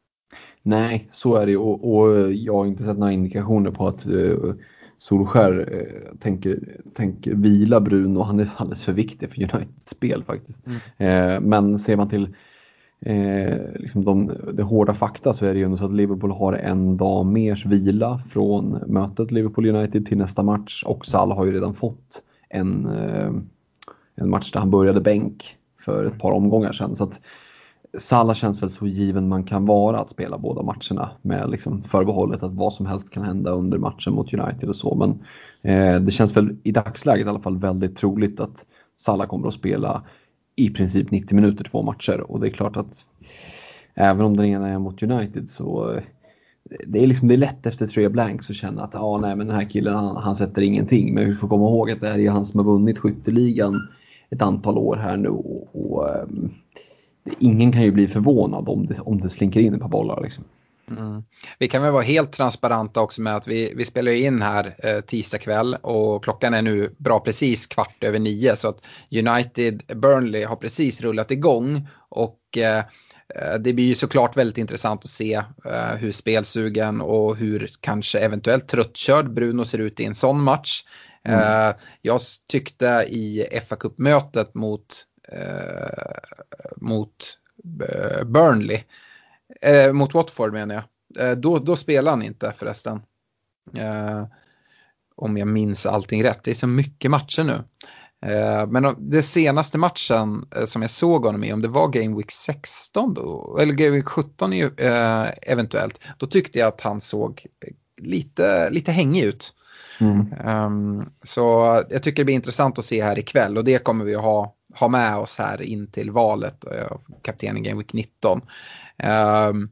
Nej, så är det, och, och jag har inte sett några indikationer på att uh, Solskär eh, tänker, tänker vila Bruno. Han är alldeles för viktig för Uniteds spel faktiskt. Mm. Eh, men ser man till eh, liksom de, de hårda fakta, så är det ju ändå så att Liverpool har en dag mer vila från mötet Liverpool United till nästa match. Och Salah har ju redan fått en, eh, en match där han började bänk för ett par omgångar sedan. Så att Salah känns väl så given man kan vara att spela båda matcherna, med liksom förbehållet att vad som helst kan hända under matchen mot United och så. Men eh, det känns väl i dagsläget i alla fall väldigt troligt att Salah kommer att spela i princip nittio minuter två matcher. Och det är klart att även om den ena är mot United, så eh, det är liksom det är lätt efter tre blanks att känna att ah, nej, men den här killen han, han sätter ingenting. Men vi får komma ihåg att det är ju han som har vunnit skytteligan ett antal år här nu, och, och eh, ingen kan ju bli förvånad om det, om det slinker in ett par bollar liksom. Mm. Vi kan väl vara helt transparenta också med att vi, vi spelar in här eh, tisdag kväll, och klockan är nu bra precis kvart över nio, så att United Burnley har precis rullat igång, och eh, det blir ju såklart väldigt intressant att se eh, hur spelsugen och hur kanske eventuellt tröttkörd Bruno ser ut i en sån match. Mm. Eh, jag tyckte i F A-cupmötet mot Eh, mot eh, Burnley eh, mot Watford menar jag, eh, då, då spelar han inte förresten, eh, om jag minns allting rätt. Det är så mycket matcher nu, eh, men det senaste matchen eh, som jag såg honom i, om det var Game Week sexton då, eller Game Week sjutton eh, eventuellt, då tyckte jag att han såg lite, lite hängig ut. Mm. um, så jag tycker det blir intressant att se här ikväll, och det kommer vi att ha ha med oss här in till valet, uh, kapten i Game Week nitton. Um,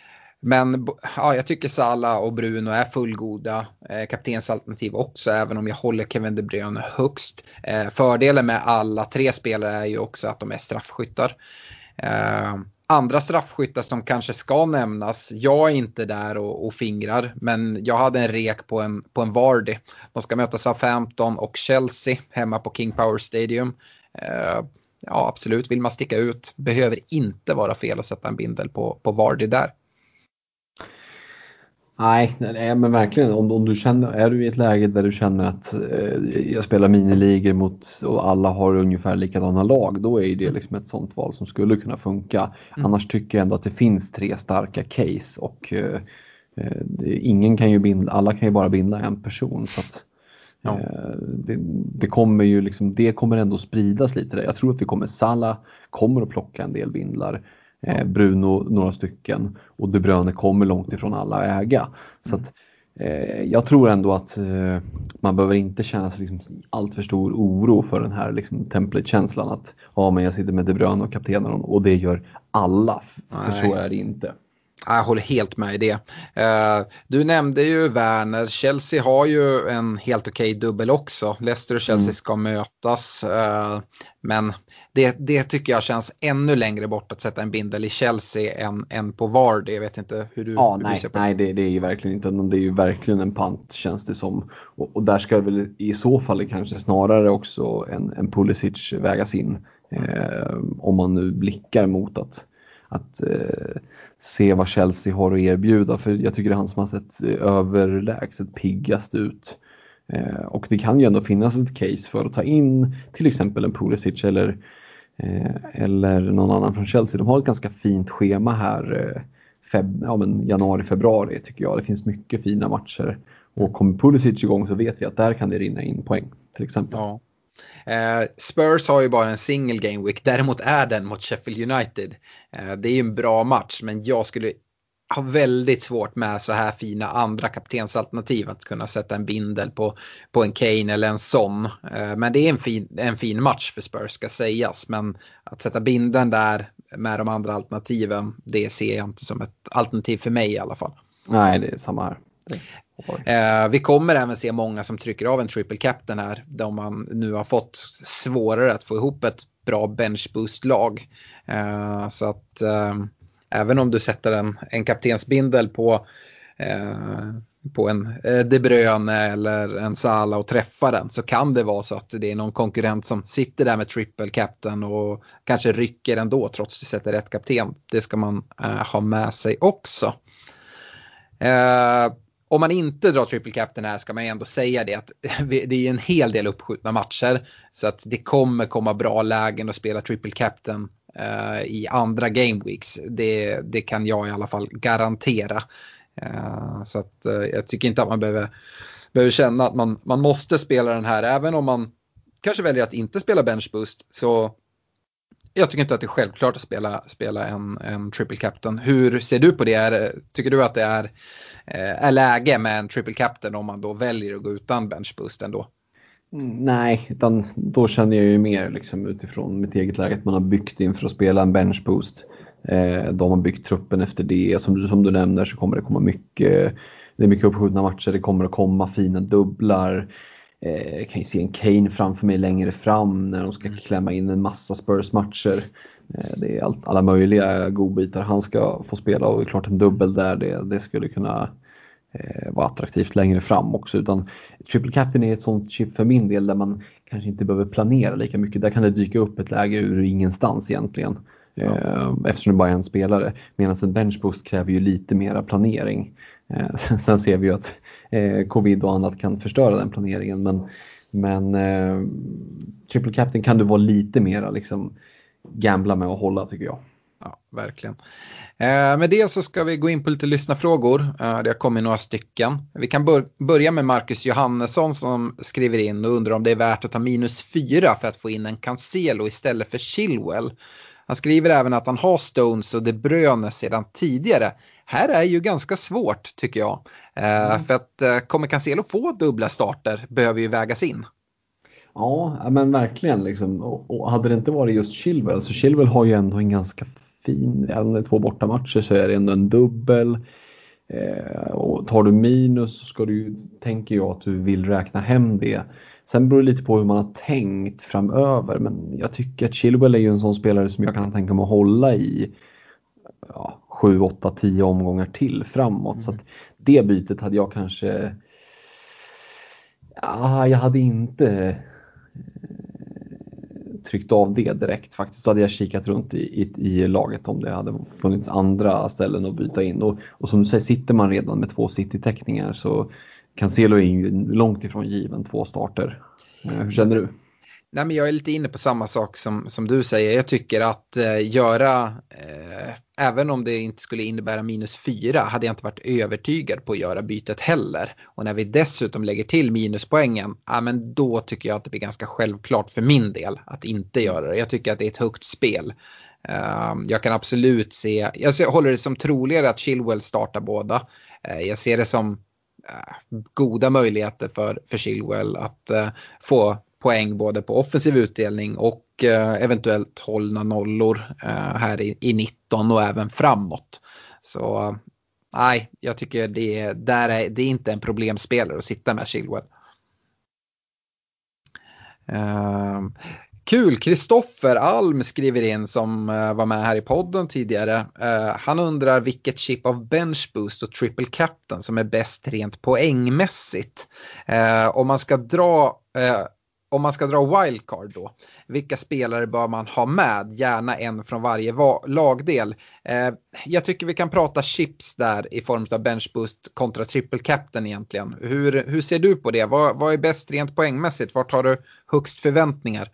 men ja, jag tycker Salah och Bruno är fullgoda uh, kaptensalternativ också, även om jag håller Kevin De Bruyne högst. Uh, fördelen med alla tre spelare är ju också att de är straffskyttar. Uh, andra straffskyttar som kanske ska nämnas, jag är inte där och, och fingrar, men jag hade en rek på en, på en Vardy. De ska möta Southampton och Chelsea hemma på King Power Stadium. Uh, ja, absolut, vill man sticka ut, behöver inte vara fel att sätta en bindel på, på Vardy där. Nej, nej, men verkligen, om, om du känner, är du i ett läge där du känner att eh, jag spelar miniligor mot, och alla har ungefär likadana lag, då är det liksom ett sånt val som skulle kunna funka. Mm. Annars tycker jag ändå att det finns tre starka case, och eh, det, ingen kan ju binda, alla kan ju bara binda en person, så att ja. eh, det, det kommer ju liksom, det kommer ändå spridas lite där. Jag tror att vi kommer, Salah kommer att plocka en del bindlar, eh, Bruno några stycken, och De Bruyne kommer långt ifrån alla äga. Så att eh, jag tror ändå att eh, man behöver inte känna sig liksom allt för stor oro för den här liksom, template-känslan att ja, men jag sitter med De Bruyne och kaptenar honom och det gör alla, för Nej. så är det inte. Jag håller helt med i det. Uh, du nämnde ju Werner. Chelsea har ju en helt okej dubbel också. Leicester och Chelsea mm. ska mötas. Uh, men det, det tycker jag känns ännu längre bort att sätta en bindel i Chelsea än, än på Vardy. Jag vet inte hur du, ja, hur nej, du ser på det. Nej, det, det är ju verkligen inte. Det är ju verkligen en pant, känns det som. Och, och där ska väl i så fall kanske snarare också en, en Pulisic vägas in. Uh, om man nu blickar mot att att eh, se vad Chelsea har att erbjuda. För jag tycker det är han som har sett överlägset piggast ut. Eh, och det kan ju ändå finnas ett case för att ta in till exempel en Pulisic eller, eh, eller någon annan från Chelsea. De har ett ganska fint schema här eh, feb- ja, men januari, februari tycker jag. Det finns mycket fina matcher. Och kommer Pulisic igång så vet vi att där kan det rinna in poäng till exempel. Ja. Eh, Spurs har ju bara en single game week, däremot är den mot Sheffield United. Eh, det är ju en bra match, men jag skulle ha väldigt svårt med så här fina andra kaptensalternativ att kunna sätta en bindel på, på en Kane eller en Son. Eh, men det är en fin, en fin match för Spurs ska sägas, men att sätta bindeln där med de andra alternativen, det ser jag inte som ett alternativ för mig i alla fall. Nej, det är samma här. Det. Eh, vi kommer även se många som trycker av en triple captain här, där man nu har fått svårare att få ihop ett bra bench boost lag. Eh, så att eh, även om du sätter en, en kaptensbindel på eh, på en eh, De Bruyne eller en Salah och träffar den, så kan det vara så att det är någon konkurrent som sitter där med triple captain och kanske rycker ändå trots att du sätter rätt kapten. Det ska man eh, ha med sig också. Eh, Om man inte drar triple captain här ska man ändå säga det att det är en hel del uppskjutna matcher, så att det kommer komma bra lägen att spela triple captain uh, i andra game weeks. Det, det kan jag i alla fall garantera. Uh, så att uh, jag tycker inte att man behöver, behöver känna att man, man måste spela den här, även om man kanske väljer att inte spela bench boost. Så jag tycker inte att det är självklart att spela, spela en, en triple captain. Hur ser du på det? Är, tycker du att det är, är läge med en triple captain om man då väljer att gå utan bench boost ändå? Nej, utan då känner jag ju mer liksom utifrån mitt eget läge att man har byggt in för att spela en bench boost. Eh, de har byggt truppen efter det. Som du, som du nämner så kommer det komma mycket, det är mycket uppskjutna matcher. Det kommer att komma fina dubblar. Jag kan ju se en Kane framför mig längre fram när de ska klämma in en massa Spurs-matcher. Det är allt, alla möjliga godbitar han ska få spela, och det är klart en dubbel där, det, det skulle kunna eh, vara attraktivt längre fram också. Utan triple captain är ett sånt chip för min del där man kanske inte behöver planera lika mycket. Där kan det dyka upp ett läge ur ingenstans egentligen. Ja. Eh, eftersom det bara är en spelare. Medan en bench boost kräver ju lite mera planering. Eh, sen ser vi ju att eh, covid och annat kan förstöra den planeringen, men, men eh, triple captain kan du vara lite mera liksom gambla med att hålla, tycker jag. Ja, verkligen. Eh, med det så ska vi gå in på lite lyssnarfrågor. Eh, det har kommit några stycken. Vi kan bör- börja med Marcus Johannesson som skriver in och undrar om det är värt att ta minus fyra för att få in en Cancelo istället för Chilwell. Han skriver även att han har Stones och De Bruyne sedan tidigare. Här är ju ganska svårt, tycker jag. Eh, mm. För att eh, kommer Cancelo få dubbla starter behöver ju vägas in. Ja, men verkligen. Liksom. Och, och hade det inte varit just Chilwell, så Chilwell har ju ändå en ganska fin, en eller två bortamatcher så är det ändå en dubbel. Eh, och tar du minus så ska du, tänker jag att du vill räkna hem det. Sen beror det lite på hur man har tänkt framöver, men jag tycker att Chilwell är ju en sån spelare som jag kan tänka mig att hålla i ja, sju, åtta, tio omgångar till framåt. Mm. Så att det bytet hade jag kanske, ja, jag hade inte eh, tryckt av det direkt faktiskt. Så hade jag kikat runt i, i, i laget om det hade funnits andra ställen att byta in. Och, och som du säger, sitter man redan med två City-täckningar så Cancelo är ju långt ifrån given två starter. Hur känner du? Nej, men jag är lite inne på samma sak som, som du säger. Jag tycker att eh, göra, eh, även om det inte skulle innebära minus fyra, hade jag inte varit övertygad på att göra bytet heller. Och när vi dessutom lägger till minuspoängen, ja, men då tycker jag att det blir ganska självklart för min del att inte göra det. Jag tycker att det är ett högt spel. Uh, jag kan absolut se, jag ser, håller det som troligare att Chilwell startar båda. Uh, jag ser det som äh, goda möjligheter för, för Chilwell att äh, få poäng både på offensiv utdelning och äh, eventuellt hållna nollor äh, här i, i nitton och även framåt. Så nej, jag tycker det, där är, det är inte en problemspelare att sitta med Chilwell. Uh, kul, Kristoffer Alm skriver in som uh, var med här i podden tidigare. Uh, han undrar vilket chip av bench boost och triple captain som är bäst rent poängmässigt. Uh, om man ska dra uh, om man ska dra wildcard då, vilka spelare bör man ha med? Gärna en från varje va- lagdel. Eh, jag tycker vi kan prata chips där i form av bench boost kontra triple captain egentligen. Hur, hur ser du på det? Vad, vad är bäst rent poängmässigt? Vart har du högst förväntningar?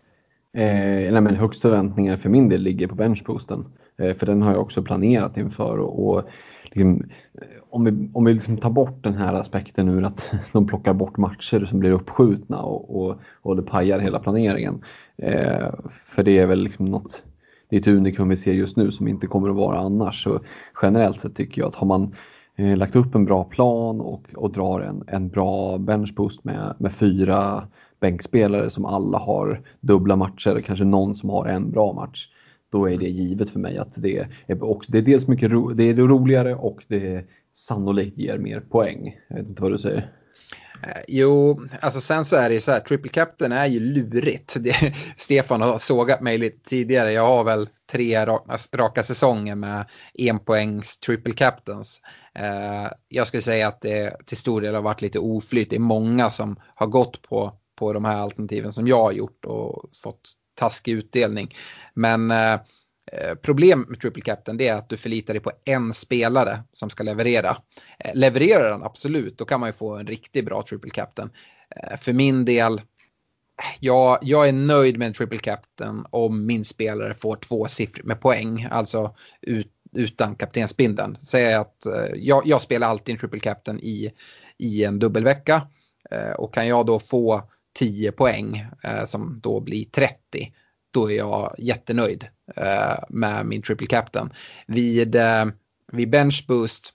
Eh, nej men högst förväntningar för min del ligger på bench boosten. Eh, för den har jag också planerat inför. Och, och liksom, om vi, om vi liksom tar bort den här aspekten ur att de plockar bort matcher som blir uppskjutna och, och, och det pajar hela planeringen. Eh, för det är väl liksom något, det är ett unikum vi ser just nu som inte kommer att vara annars. Så generellt sett tycker jag att har man eh, lagt upp en bra plan och, och drar en, en bra benchboost med, med fyra bänkspelare som alla har dubbla matcher, kanske någon som har en bra match. Då är det givet för mig att det är, och det är dels mycket ro, det är roligare och det sannolikt ger mer poäng. Jag vet inte vad du säger. Jo, alltså sen så är det ju så här, triple captain är ju lurigt. Det, Stefan har sågat mig lite tidigare. Jag har väl tre raka, raka säsonger med en poängs triple captains. Eh, jag skulle säga att det till stor del har varit lite oflyt. Det är många som har gått på, på de här alternativen som jag har gjort och fått taskig utdelning. Men eh, problemet med triple captain det är att du förlitar dig på en spelare som ska leverera. Eh, levererar den absolut, då kan man ju få en riktigt bra triple captain. Eh, för min del, jag, jag är nöjd med en triple captain om min spelare får två siffror med poäng, alltså ut, utan kaptensbindeln. Säger att eh, jag, jag spelar alltid en triple captain i, i en dubbelvecka eh, och kan jag då få tio poäng eh, som då blir trettio, då är jag jättenöjd eh, med min triple captain. Vid, eh, vid bench boost,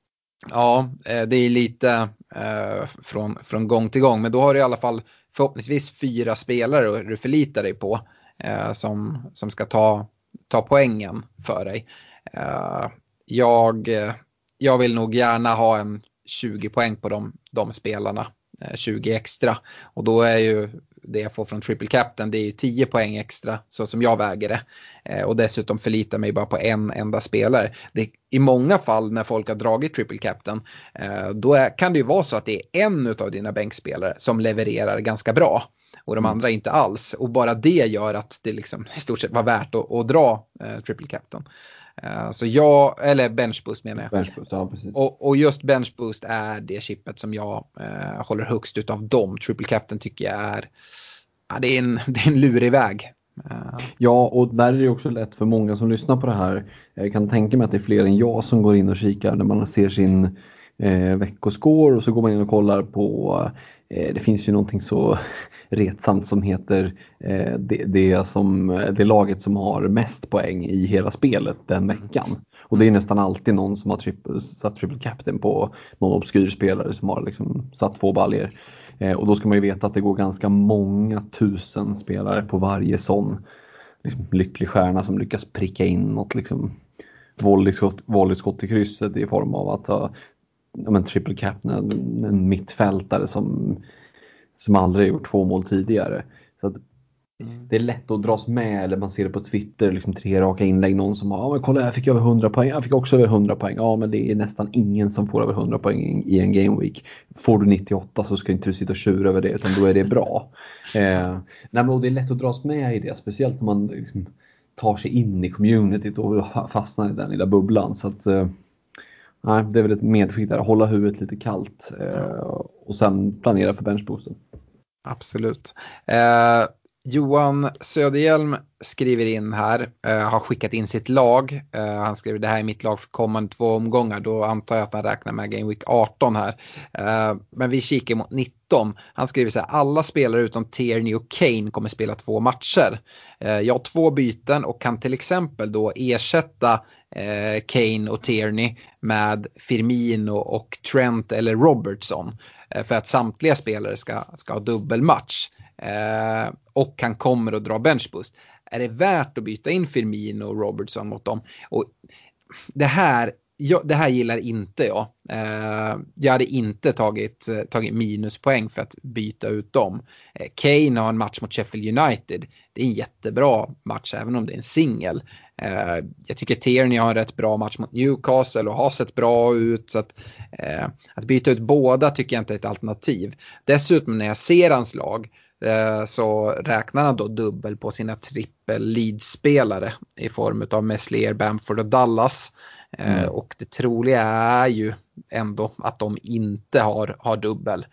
ja, eh, det är lite eh, från, från gång till gång, men då har du i alla fall förhoppningsvis fyra spelare du förlitar dig på eh, som, som ska ta, ta poängen för dig. Eh, jag, jag vill nog gärna ha en tjugo poäng på de, de spelarna. tjugo extra, och då är ju det jag får från triple captain, det är ju tio poäng extra så som jag väger det, eh, och dessutom förlitar mig bara på en enda spelare. Det, i många fall när folk har dragit triple captain eh, då är, kan det ju vara så att det är en av dina bänkspelare som levererar ganska bra och de mm. andra inte alls, och bara det gör att det liksom i stort sett var värt att, att dra eh, triple captain. Uh, så jag, eller benchboost menar jag. Benchboost, ja, precis. Och, och just benchboost är det chippet som jag uh, håller högst utav dem. Triple captain tycker jag är, ja, det är en, det är en lurig väg. Uh. Ja, och där är det också lätt för många som lyssnar på det här. Jag kan tänka mig att det är fler än jag som går in och kikar när man ser sin eh, veckoscore, och så går man in och kollar på, eh, det finns ju någonting så retsamt som heter eh, det, det, som, det laget som har mest poäng i hela spelet den veckan. Och det är nästan alltid någon som har triple, satt triple captain på någon obskyr spelare som har liksom satt två baljer. Eh, och då ska man ju veta att det går ganska många tusen spelare på varje sån liksom, lycklig stjärna som lyckas pricka in något liksom, volleyskott, volleyskott i krysset i form av att ha ja, men triple captain, en, en mittfältare som som aldrig gjort två mål tidigare. Så att mm. det är lätt att dras med, eller man ser det på Twitter, liksom tre raka inlägg, någon som har, ja men kolla jag fick över hundra poäng, jag fick också över hundra poäng. Ja men det är nästan ingen som får över hundra poäng i en game week. Får du nittioåtta så ska inte du sitta och tjura över det, utan då är det bra. eh, nej, men det är lätt att dras med i det, speciellt när man liksom tar sig in i communityt och fastnar i den lilla bubblan. Så att eh, nej, det är väl ett medskick där, hålla huvudet lite kallt eh, och sen planera för benchboosten. Absolut. Eh, Johan Söderhjelm skriver in här, eh, har skickat in sitt lag. Eh, han skriver det här är mitt lag för kommande två omgångar. Då antar jag att han räknar med Game Week arton här. Eh, men vi kikar mot nitton nitton. Han skriver så här: alla spelare utom Tierney och Kane kommer spela två matcher. Eh, jag har två byten och kan till exempel då ersätta eh, Kane och Tierney med Firmino och Trent eller Robertson. Eh, för att samtliga spelare ska, ska ha dubbelmatch. Eh, och han kommer att dra benchboost. Är det värt att byta in Firmino och Robertson mot dem? Och det här, jag, det här gillar inte jag. Eh, jag hade inte tagit, tagit minuspoäng för att byta ut dem. Eh, Kane har en match mot Sheffield United. Det är en jättebra match även om det är en singel. Eh, jag tycker Tierney har en rätt bra match mot Newcastle och har sett bra ut. Så att, eh, att byta ut båda tycker jag inte är ett alternativ. Dessutom när jag ser hans lag så räknar han då dubbel på sina trippel lead-spelare i form av Meslier, Bamford och Dallas. Mm. Och det troliga är ju ändå att de inte har, har dubbel.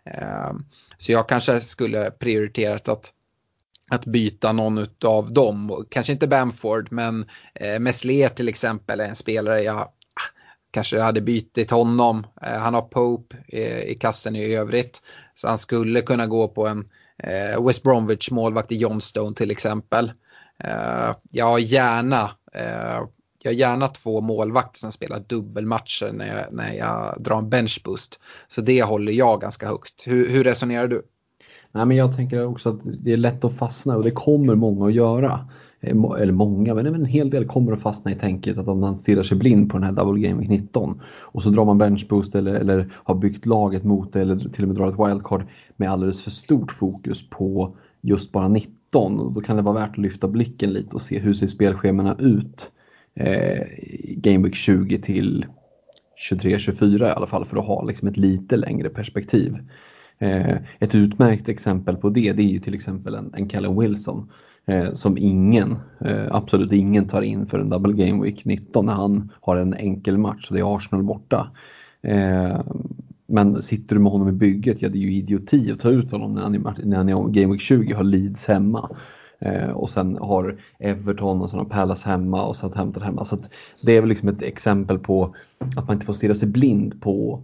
Så jag kanske skulle prioriterat att, att byta någon av dem. Kanske inte Bamford, men Meslier till exempel är en spelare jag kanske hade bytt honom. Han har Pope i kassen i övrigt. Så han skulle kunna gå på en Eh, West Bromwich målvakt i John Stone till exempel. Eh, jag har gärna eh, jag har gärna två målvakter som spelar dubbelmatcher när jag, när jag drar en benchboost. Så det håller jag ganska högt. Hur, hur resonerar du? Nej, men jag tänker också att det är lätt att fastna och det kommer många att göra. Eller många, men en hel del kommer att fastna i tänket att om man stirrar sig blind på den här Double Game Week nitton och så drar man benchboost eller, eller har byggt laget mot det eller till och med drar ett wildcard med alldeles för stort fokus på just bara nitton, och då kan det vara värt att lyfta blicken lite och se hur ser spelschemarna ut eh, Game Week tjugo till tjugotre tjugofyra i alla fall, för att ha liksom ett lite längre perspektiv. Eh, ett utmärkt exempel på det, det är ju till exempel en, en Callum Wilson Eh, som ingen, eh, absolut ingen tar in för en Double Game Week nitton när han har en enkel match och det är Arsenal borta. Eh, men sitter du med honom i bygget, ja det är ju idioti att ta ut honom när han i, när han i Game Week tjugo har Leeds hemma. Eh, och sen har Everton och sådana Palace hemma och Southampton hemma. Så att det är väl liksom ett exempel på att man inte får stirra sig blind på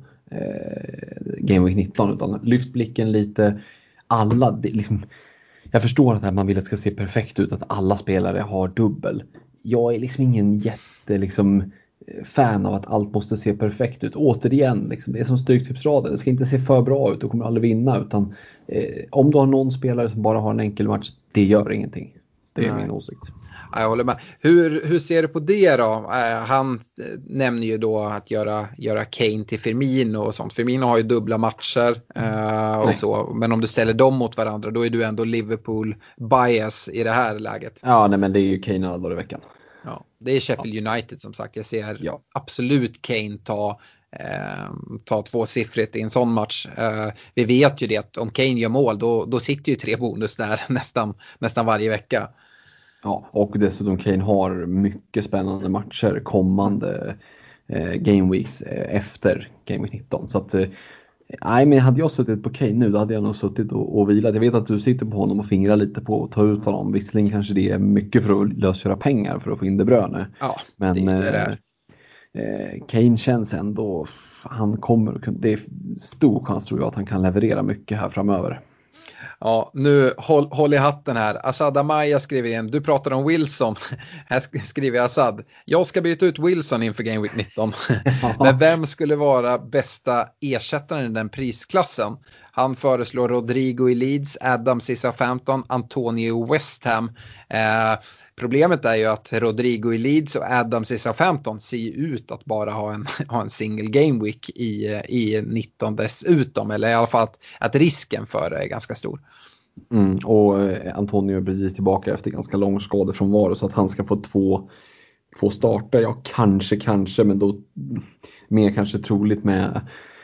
eh, Game Week nitton, utan lyft blicken lite. Alla, det, liksom... Jag förstår att man vill att det ska se perfekt ut, att alla spelare har dubbel. Jag är liksom ingen jätte liksom, fan av att allt måste se perfekt ut. Återigen, liksom, det är som styrktipsraden. Det ska inte se för bra ut och kommer aldrig vinna. Utan eh, om du har någon spelare som bara har en enkel match, det gör ingenting. Det är Nej. min åsikt. Jag håller med. Hur, hur ser du på det då? Uh, han nämner ju då att göra, göra Kane till Firmino och sånt. Firmino har ju dubbla matcher uh, och så. Men om du ställer dem mot varandra, då är du ändå Liverpool bias i det här läget. Ja, nej, men det är ju Kane alla dagar i veckan. Ja, det är Sheffield ja. United som sagt. Jag ser ja. absolut Kane ta, eh, ta tvåsiffrigt i en sån match. Eh, vi vet ju det att om Kane gör mål, då, då sitter ju tre bonus där nästan, nästan varje vecka. Ja, och dessutom Kane har mycket spännande matcher kommande eh, Game Weeks eh, efter Game Week nitton. Så att, eh, nej, men hade jag suttit på Kane nu, då hade jag nog suttit och, och vilat. Jag vet att du sitter på honom och fingrar lite på att ta ut honom. Visserligen kanske det är mycket för att lösgöra pengar för att få in De Bruyne. Ja, men det är det eh, eh, Kane känns ändå, han kommer, det är stor chans tror jag att han kan leverera mycket här framöver. Ja, nu håll, håll i hatten här. Asad Amaya skriver igen. Du pratar om Wilson. Här skriver Asad. Jag ska byta ut Wilson inför Game Week nitton. Men vem skulle vara bästa ersättaren i den prisklassen? Han föreslår Rodrigo i Leeds, Adams i Southampton, Antonio i West Ham. Eh, problemet är ju att Rodrigo i Leeds och Adams i Southampton ser ut att bara ha en, ha en single game week i, i nitton dessutom. Eller i alla fall att, att risken för det är ganska stor. Mm, och Antonio är precis tillbaka efter ganska lång skada från var, så att han ska få två, två starter. Ja, kanske, kanske, men då mer kanske troligt med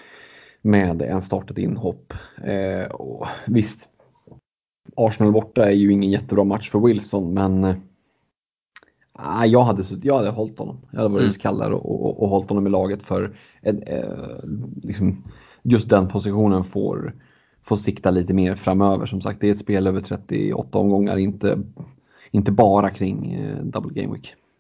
med en startat inhopp. Eh, och visst, Arsenal borta är ju ingen jättebra match för Wilson, men eh, jag hade jag hade hållit honom. Jag hade varit mm. iskallare och, och, och hållit honom i laget för eh, liksom, just den positionen får, får sikta lite mer framöver. Som sagt, det är ett spel över trettioåtta omgångar, inte, inte bara kring eh, Double Game Week.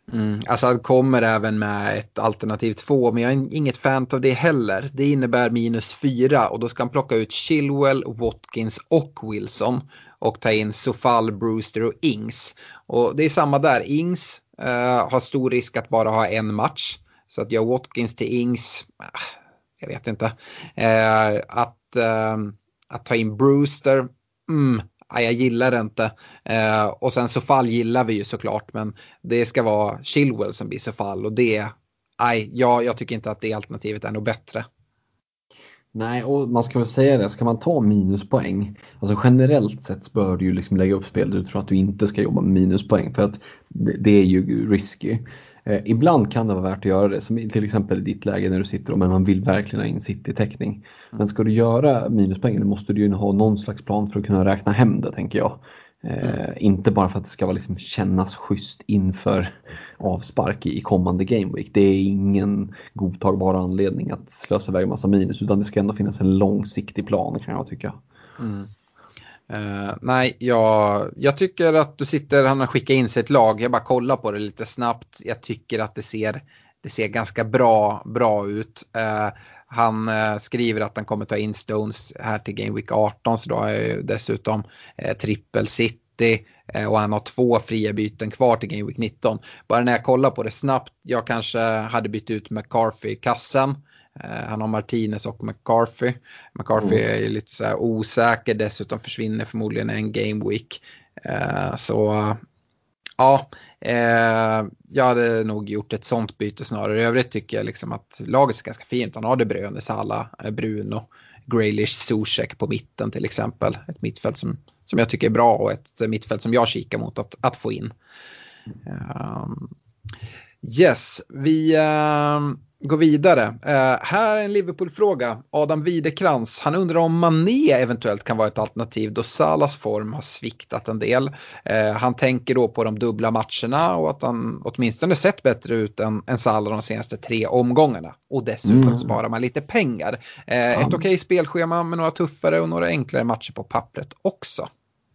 Mm, alltså han kommer även med ett alternativ två, men jag är inget fan av det heller. Det innebär minus fyra och då ska han plocka ut Chilwell, Watkins och Wilson och ta in Sofal, Brewster och Ings. Och det är samma där, Ings uh, har stor risk att bara ha en match. Så att jag Watkins till Ings, uh, jag vet inte. Uh, att, uh, att ta in Brewster, mm, Nej, jag gillar det inte. Eh, och sen Sofal gillar vi ju såklart, men det ska vara Chilwell som blir Sofal och det, nej, jag, jag tycker inte att det alternativet är något bättre. Nej, och man ska väl säga det, ska man ta minuspoäng, alltså generellt sett bör du ju liksom lägga upp spel utifrån att du inte ska jobba med minuspoäng, för att det, det är ju risky. Eh, ibland kan det vara värt att göra det, som till exempel i ditt läge när du sitter och men man vill verkligen ha in City-täckning. Men ska du göra minuspoäng, då måste du ju ha någon slags plan för att kunna räkna hem det, tänker jag. Eh, mm. Inte bara för att det ska vara liksom kännas schysst inför avspark i kommande Game Week. Det är ingen godtagbar anledning att slösa iväg en massa minus, utan det ska ändå finnas en långsiktig plan, kan jag tycka. Mm. Uh, nej, jag, jag tycker att du sitter, han har skickat in sig ett lag, jag bara kollar på det lite snabbt. Jag tycker att det ser, det ser ganska bra, bra ut. Uh, han uh, skriver att han kommer ta in Stones här till Game Week arton, så då har jag ju dessutom uh, trippel City uh, och han har två fria byten kvar till Game Week nitton. Bara när jag kollar på det snabbt, jag kanske hade bytt ut McCarthy i kassen. Han har Martinez och McCarthy. McCarthy mm. är lite så här osäker. Dessutom försvinner förmodligen en game week. Uh, så ja, uh, jag hade nog gjort ett sånt byte snarare. I övrigt tycker jag liksom att laget är ganska fint. Han har det Bruyne, Salah, Bruno, Grealish, Zuzek på mitten till exempel. Ett mittfält som, som jag tycker är bra och ett mittfält som jag kikar mot att, att få in. Uh, yes, vi... Uh, Gå vidare. Uh, här är en Liverpool-fråga. Adam Widekrans, han undrar om Mané eventuellt kan vara ett alternativ då Salas form har sviktat en del. Uh, han tänker då på de dubbla matcherna och att han åtminstone sett bättre ut än, än Salah de senaste tre omgångarna. Och dessutom mm. sparar man lite pengar. Uh, ja. Ett okej okay spelschema med några tuffare och några enklare matcher på pappret också.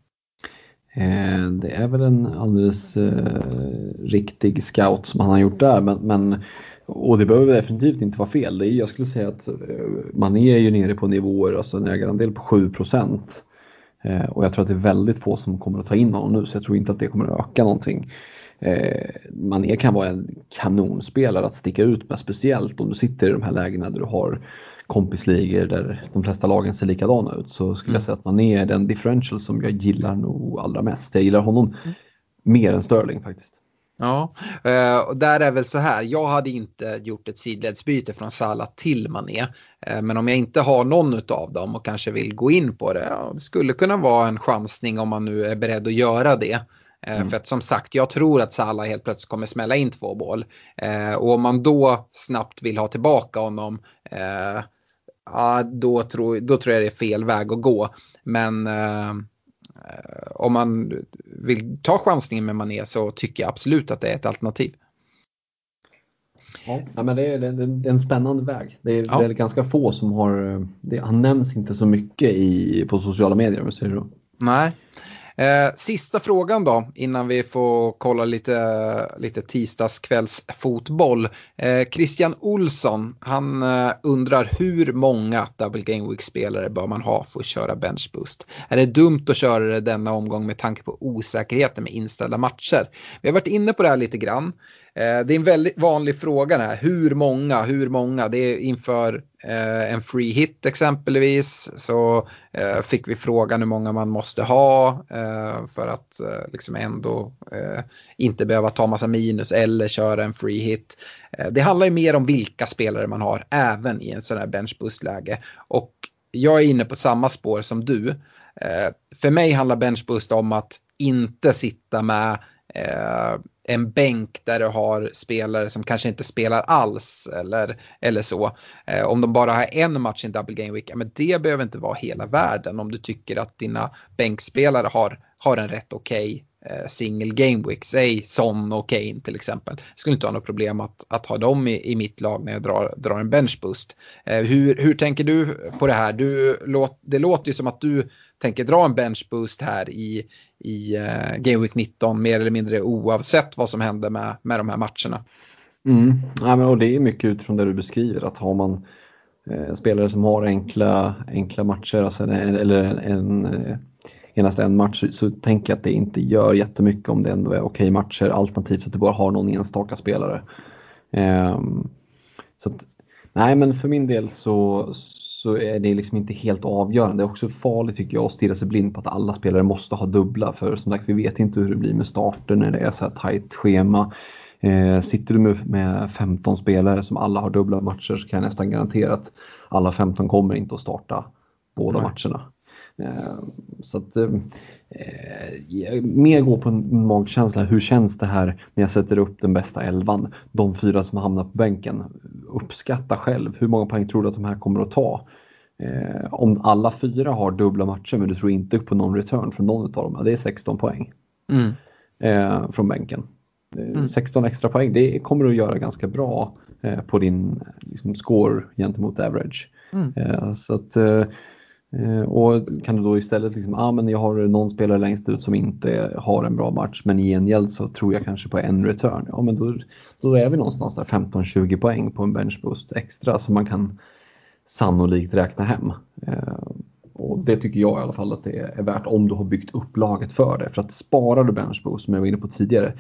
Uh, det är väl en alldeles uh, riktig scout som han har gjort där, men... men... Och det behöver definitivt inte vara fel. Det är, jag skulle säga att man är ju nere på nivåer, alltså en ägarandel på sju procent. Eh, och jag tror att det är väldigt få som kommer att ta in honom nu, så jag tror inte att det kommer att öka någonting. Eh, man kan vara en kanonspelare att sticka ut med, speciellt om du sitter i de här lägena där du har kompisligor där de flesta lagen ser likadana ut. Så skulle mm. jag säga att man är den differential som jag gillar nog allra mest. Jag gillar honom mm. mer än Sterling faktiskt. Ja, och där är väl så här, jag hade inte gjort ett sidledsbyte från Salah till Mané, men om jag inte har någon av dem och kanske vill gå in på det, ja, det skulle kunna vara en chansning om man nu är beredd att göra det. Mm. För att som sagt, jag tror att Salah helt plötsligt kommer smälla in två mål, och om man då snabbt vill ha tillbaka honom, ja, då, tror, då tror jag det är fel väg att gå, men... om man vill ta chansningen med Mané så tycker jag absolut att det är ett alternativ. Ja, men det är, det är en spännande väg. Det är, ja. det är ganska få som har... Det, han nämns inte så mycket i, på sociala medier, om jag säger så. Nej. Eh, sista frågan då, innan vi får kolla lite, lite tisdagskvällsfotboll. Eh, Christian Olsson, han eh, undrar hur många Double Game Week-spelare bör man ha för att köra bench boost? Är det dumt att köra det denna omgång med tanke på osäkerheten med inställda matcher? Vi har varit inne på det här lite grann. Eh, det är en väldigt vanlig fråga här. Hur många, hur många? Det är inför eh, en free hit exempelvis, så eh, fick vi frågan hur många man måste ha eh, för att eh, liksom ändå eh, inte behöva ta massa minus eller köra en free hit. Eh, det handlar ju mer om vilka spelare man har även i en sån här bench boost-läge. Och jag är inne på samma spår som du. Eh, för mig handlar bench boost om att inte sitta med eh, en bänk där du har spelare som kanske inte spelar alls eller, eller så. Eh, om de bara har en match i en double game week, men det behöver inte vara hela världen. Om du tycker att dina bänkspelare har, har en rätt okej okay, eh, single game week, säg Son och Kane till exempel. Jag skulle inte ha något problem att, att ha dem i, i mitt lag när jag drar, drar en bench boost. Eh, hur, hur tänker du på det här? Du, låt, det låter ju som att du tänker dra en bench boost här i, i uh, Game Week nitton mer eller mindre oavsett vad som händer med, med de här matcherna. Mm. Ja, men, och det är mycket utifrån det du beskriver, att har man eh, spelare som har enkla, enkla matcher, alltså, eller en, en eh, endast en match, så tänker jag att det inte gör jättemycket om det ändå är okej matcher, alternativt att du bara har någon enstaka spelare. Um, så att, nej, men för min del så, så är det liksom inte helt avgörande. Det är också farligt tycker jag att stirra sig blind på att alla spelare måste ha dubbla, för som sagt vi vet inte hur det blir med starten när det är så här tajt schema. Eh, sitter du med, med femton spelare som alla har dubbla matcher, så kan jag nästan garantera att alla femton kommer inte att starta båda Nej. matcherna. Eh, så att eh, mer gå på en magkänsla. Hur känns det här när jag sätter upp den bästa elvan? De fyra som hamnar på bänken, uppskatta själv. Hur många poäng tror du att de här kommer att ta? Eh, om alla fyra har dubbla matcher men du tror inte på någon return från någon av dem, det är sexton poäng mm. eh, från bänken. Mm. sexton extra poäng, det kommer att göra ganska bra eh, på din liksom, score gentemot average. Mm. Eh, så att eh, och kan du då istället liksom, ah, men jag har någon spelare längst ut som inte har en bra match, men i gengäld så tror jag kanske på en return. Ja, men då, då är vi någonstans där femton tjugo poäng på en bench boost extra som man kan sannolikt räkna hem. Eh, och det tycker jag i alla fall att det är värt om du har byggt upp laget för det. För att sparar du bench boost, som jag var inne på tidigare,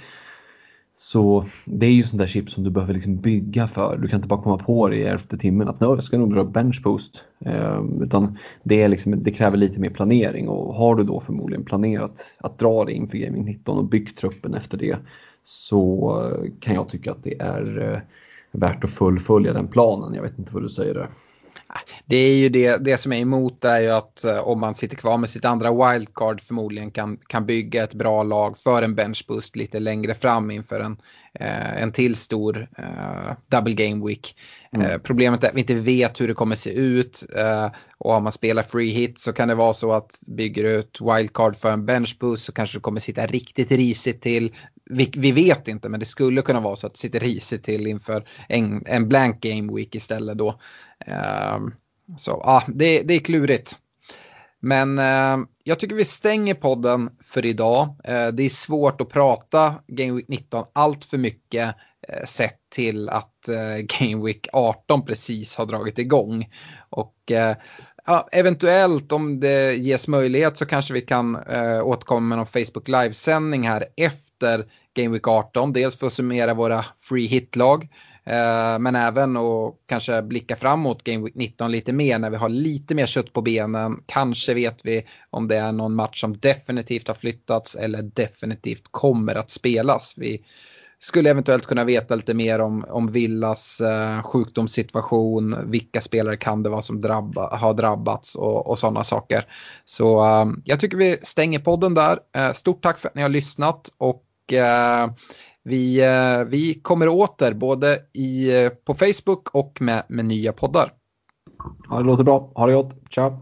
så det är ju sån där chip som du behöver liksom bygga för. Du kan inte bara komma på det i elfte timmen att jag ska nog dra bench boost. Eh, utan det, är liksom, det kräver lite mer planering. Och har du då förmodligen planerat att dra det inför Gaming nitton och byggt truppen efter det, så kan jag tycka att det är eh, värt att fullfölja den planen. Jag vet inte vad du säger där. Det är ju det, det som är emot är ju att uh, om man sitter kvar med sitt andra wildcard förmodligen kan, kan bygga ett bra lag för en bench boost lite längre fram inför en, uh, en till stor uh, double game week. Mm. Uh, problemet är att vi inte vet hur det kommer se ut uh, och om man spelar free hit så kan det vara så att bygger du ett wildcard för en bench boost så kanske det kommer sitta riktigt risigt till. Vi, vi vet inte, men det skulle kunna vara så att det sitter risigt till inför en, en blank game week istället då. Uh, så ja, ah, det, det är klurigt. Men uh, jag tycker vi stänger podden för idag. Uh, det är svårt att prata Game Week nitton allt för mycket uh, sett till att uh, Game Week arton precis har dragit igång. Och uh, ja, eventuellt om det ges möjlighet så kanske vi kan uh, återkomma med någon Facebook livesändning här efter Game Week arton. Dels för att summera våra free hit-lag. Uh, men även och kanske blicka framåt Game Week nitton lite mer när vi har lite mer kött på benen. Kanske vet vi om det är någon match som definitivt har flyttats eller definitivt kommer att spelas. Vi skulle eventuellt kunna veta lite mer om, om Villas uh, sjukdomssituation, vilka spelare kan det vara som drabba, har drabbats och, och sådana saker. Så uh, jag tycker vi stänger podden där. Uh, stort tack för att ni har lyssnat och uh, Vi, vi kommer åter både i, på Facebook och med, med nya poddar. Ja, det låter bra. Ha det gott. Ciao.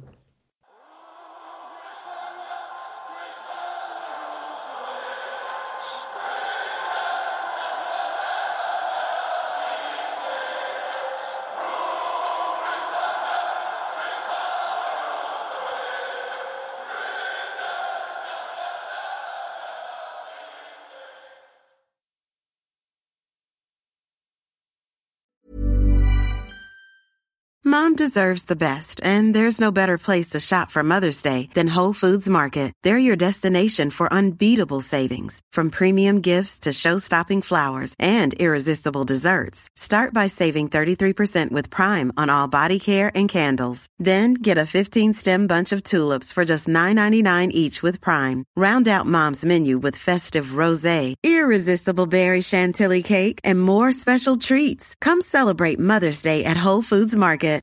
Mom deserves the best, and there's no better place to shop for Mother's Day than Whole Foods Market. They're your destination for unbeatable savings, from premium gifts to show-stopping flowers and irresistible desserts. Start by saving thirty-three percent with Prime on all body care and candles. Then get a fifteen-stem bunch of tulips for just nine ninety-nine each with Prime. Round out Mom's menu with festive rosé, irresistible berry chantilly cake, and more special treats. Come celebrate Mother's Day at Whole Foods Market.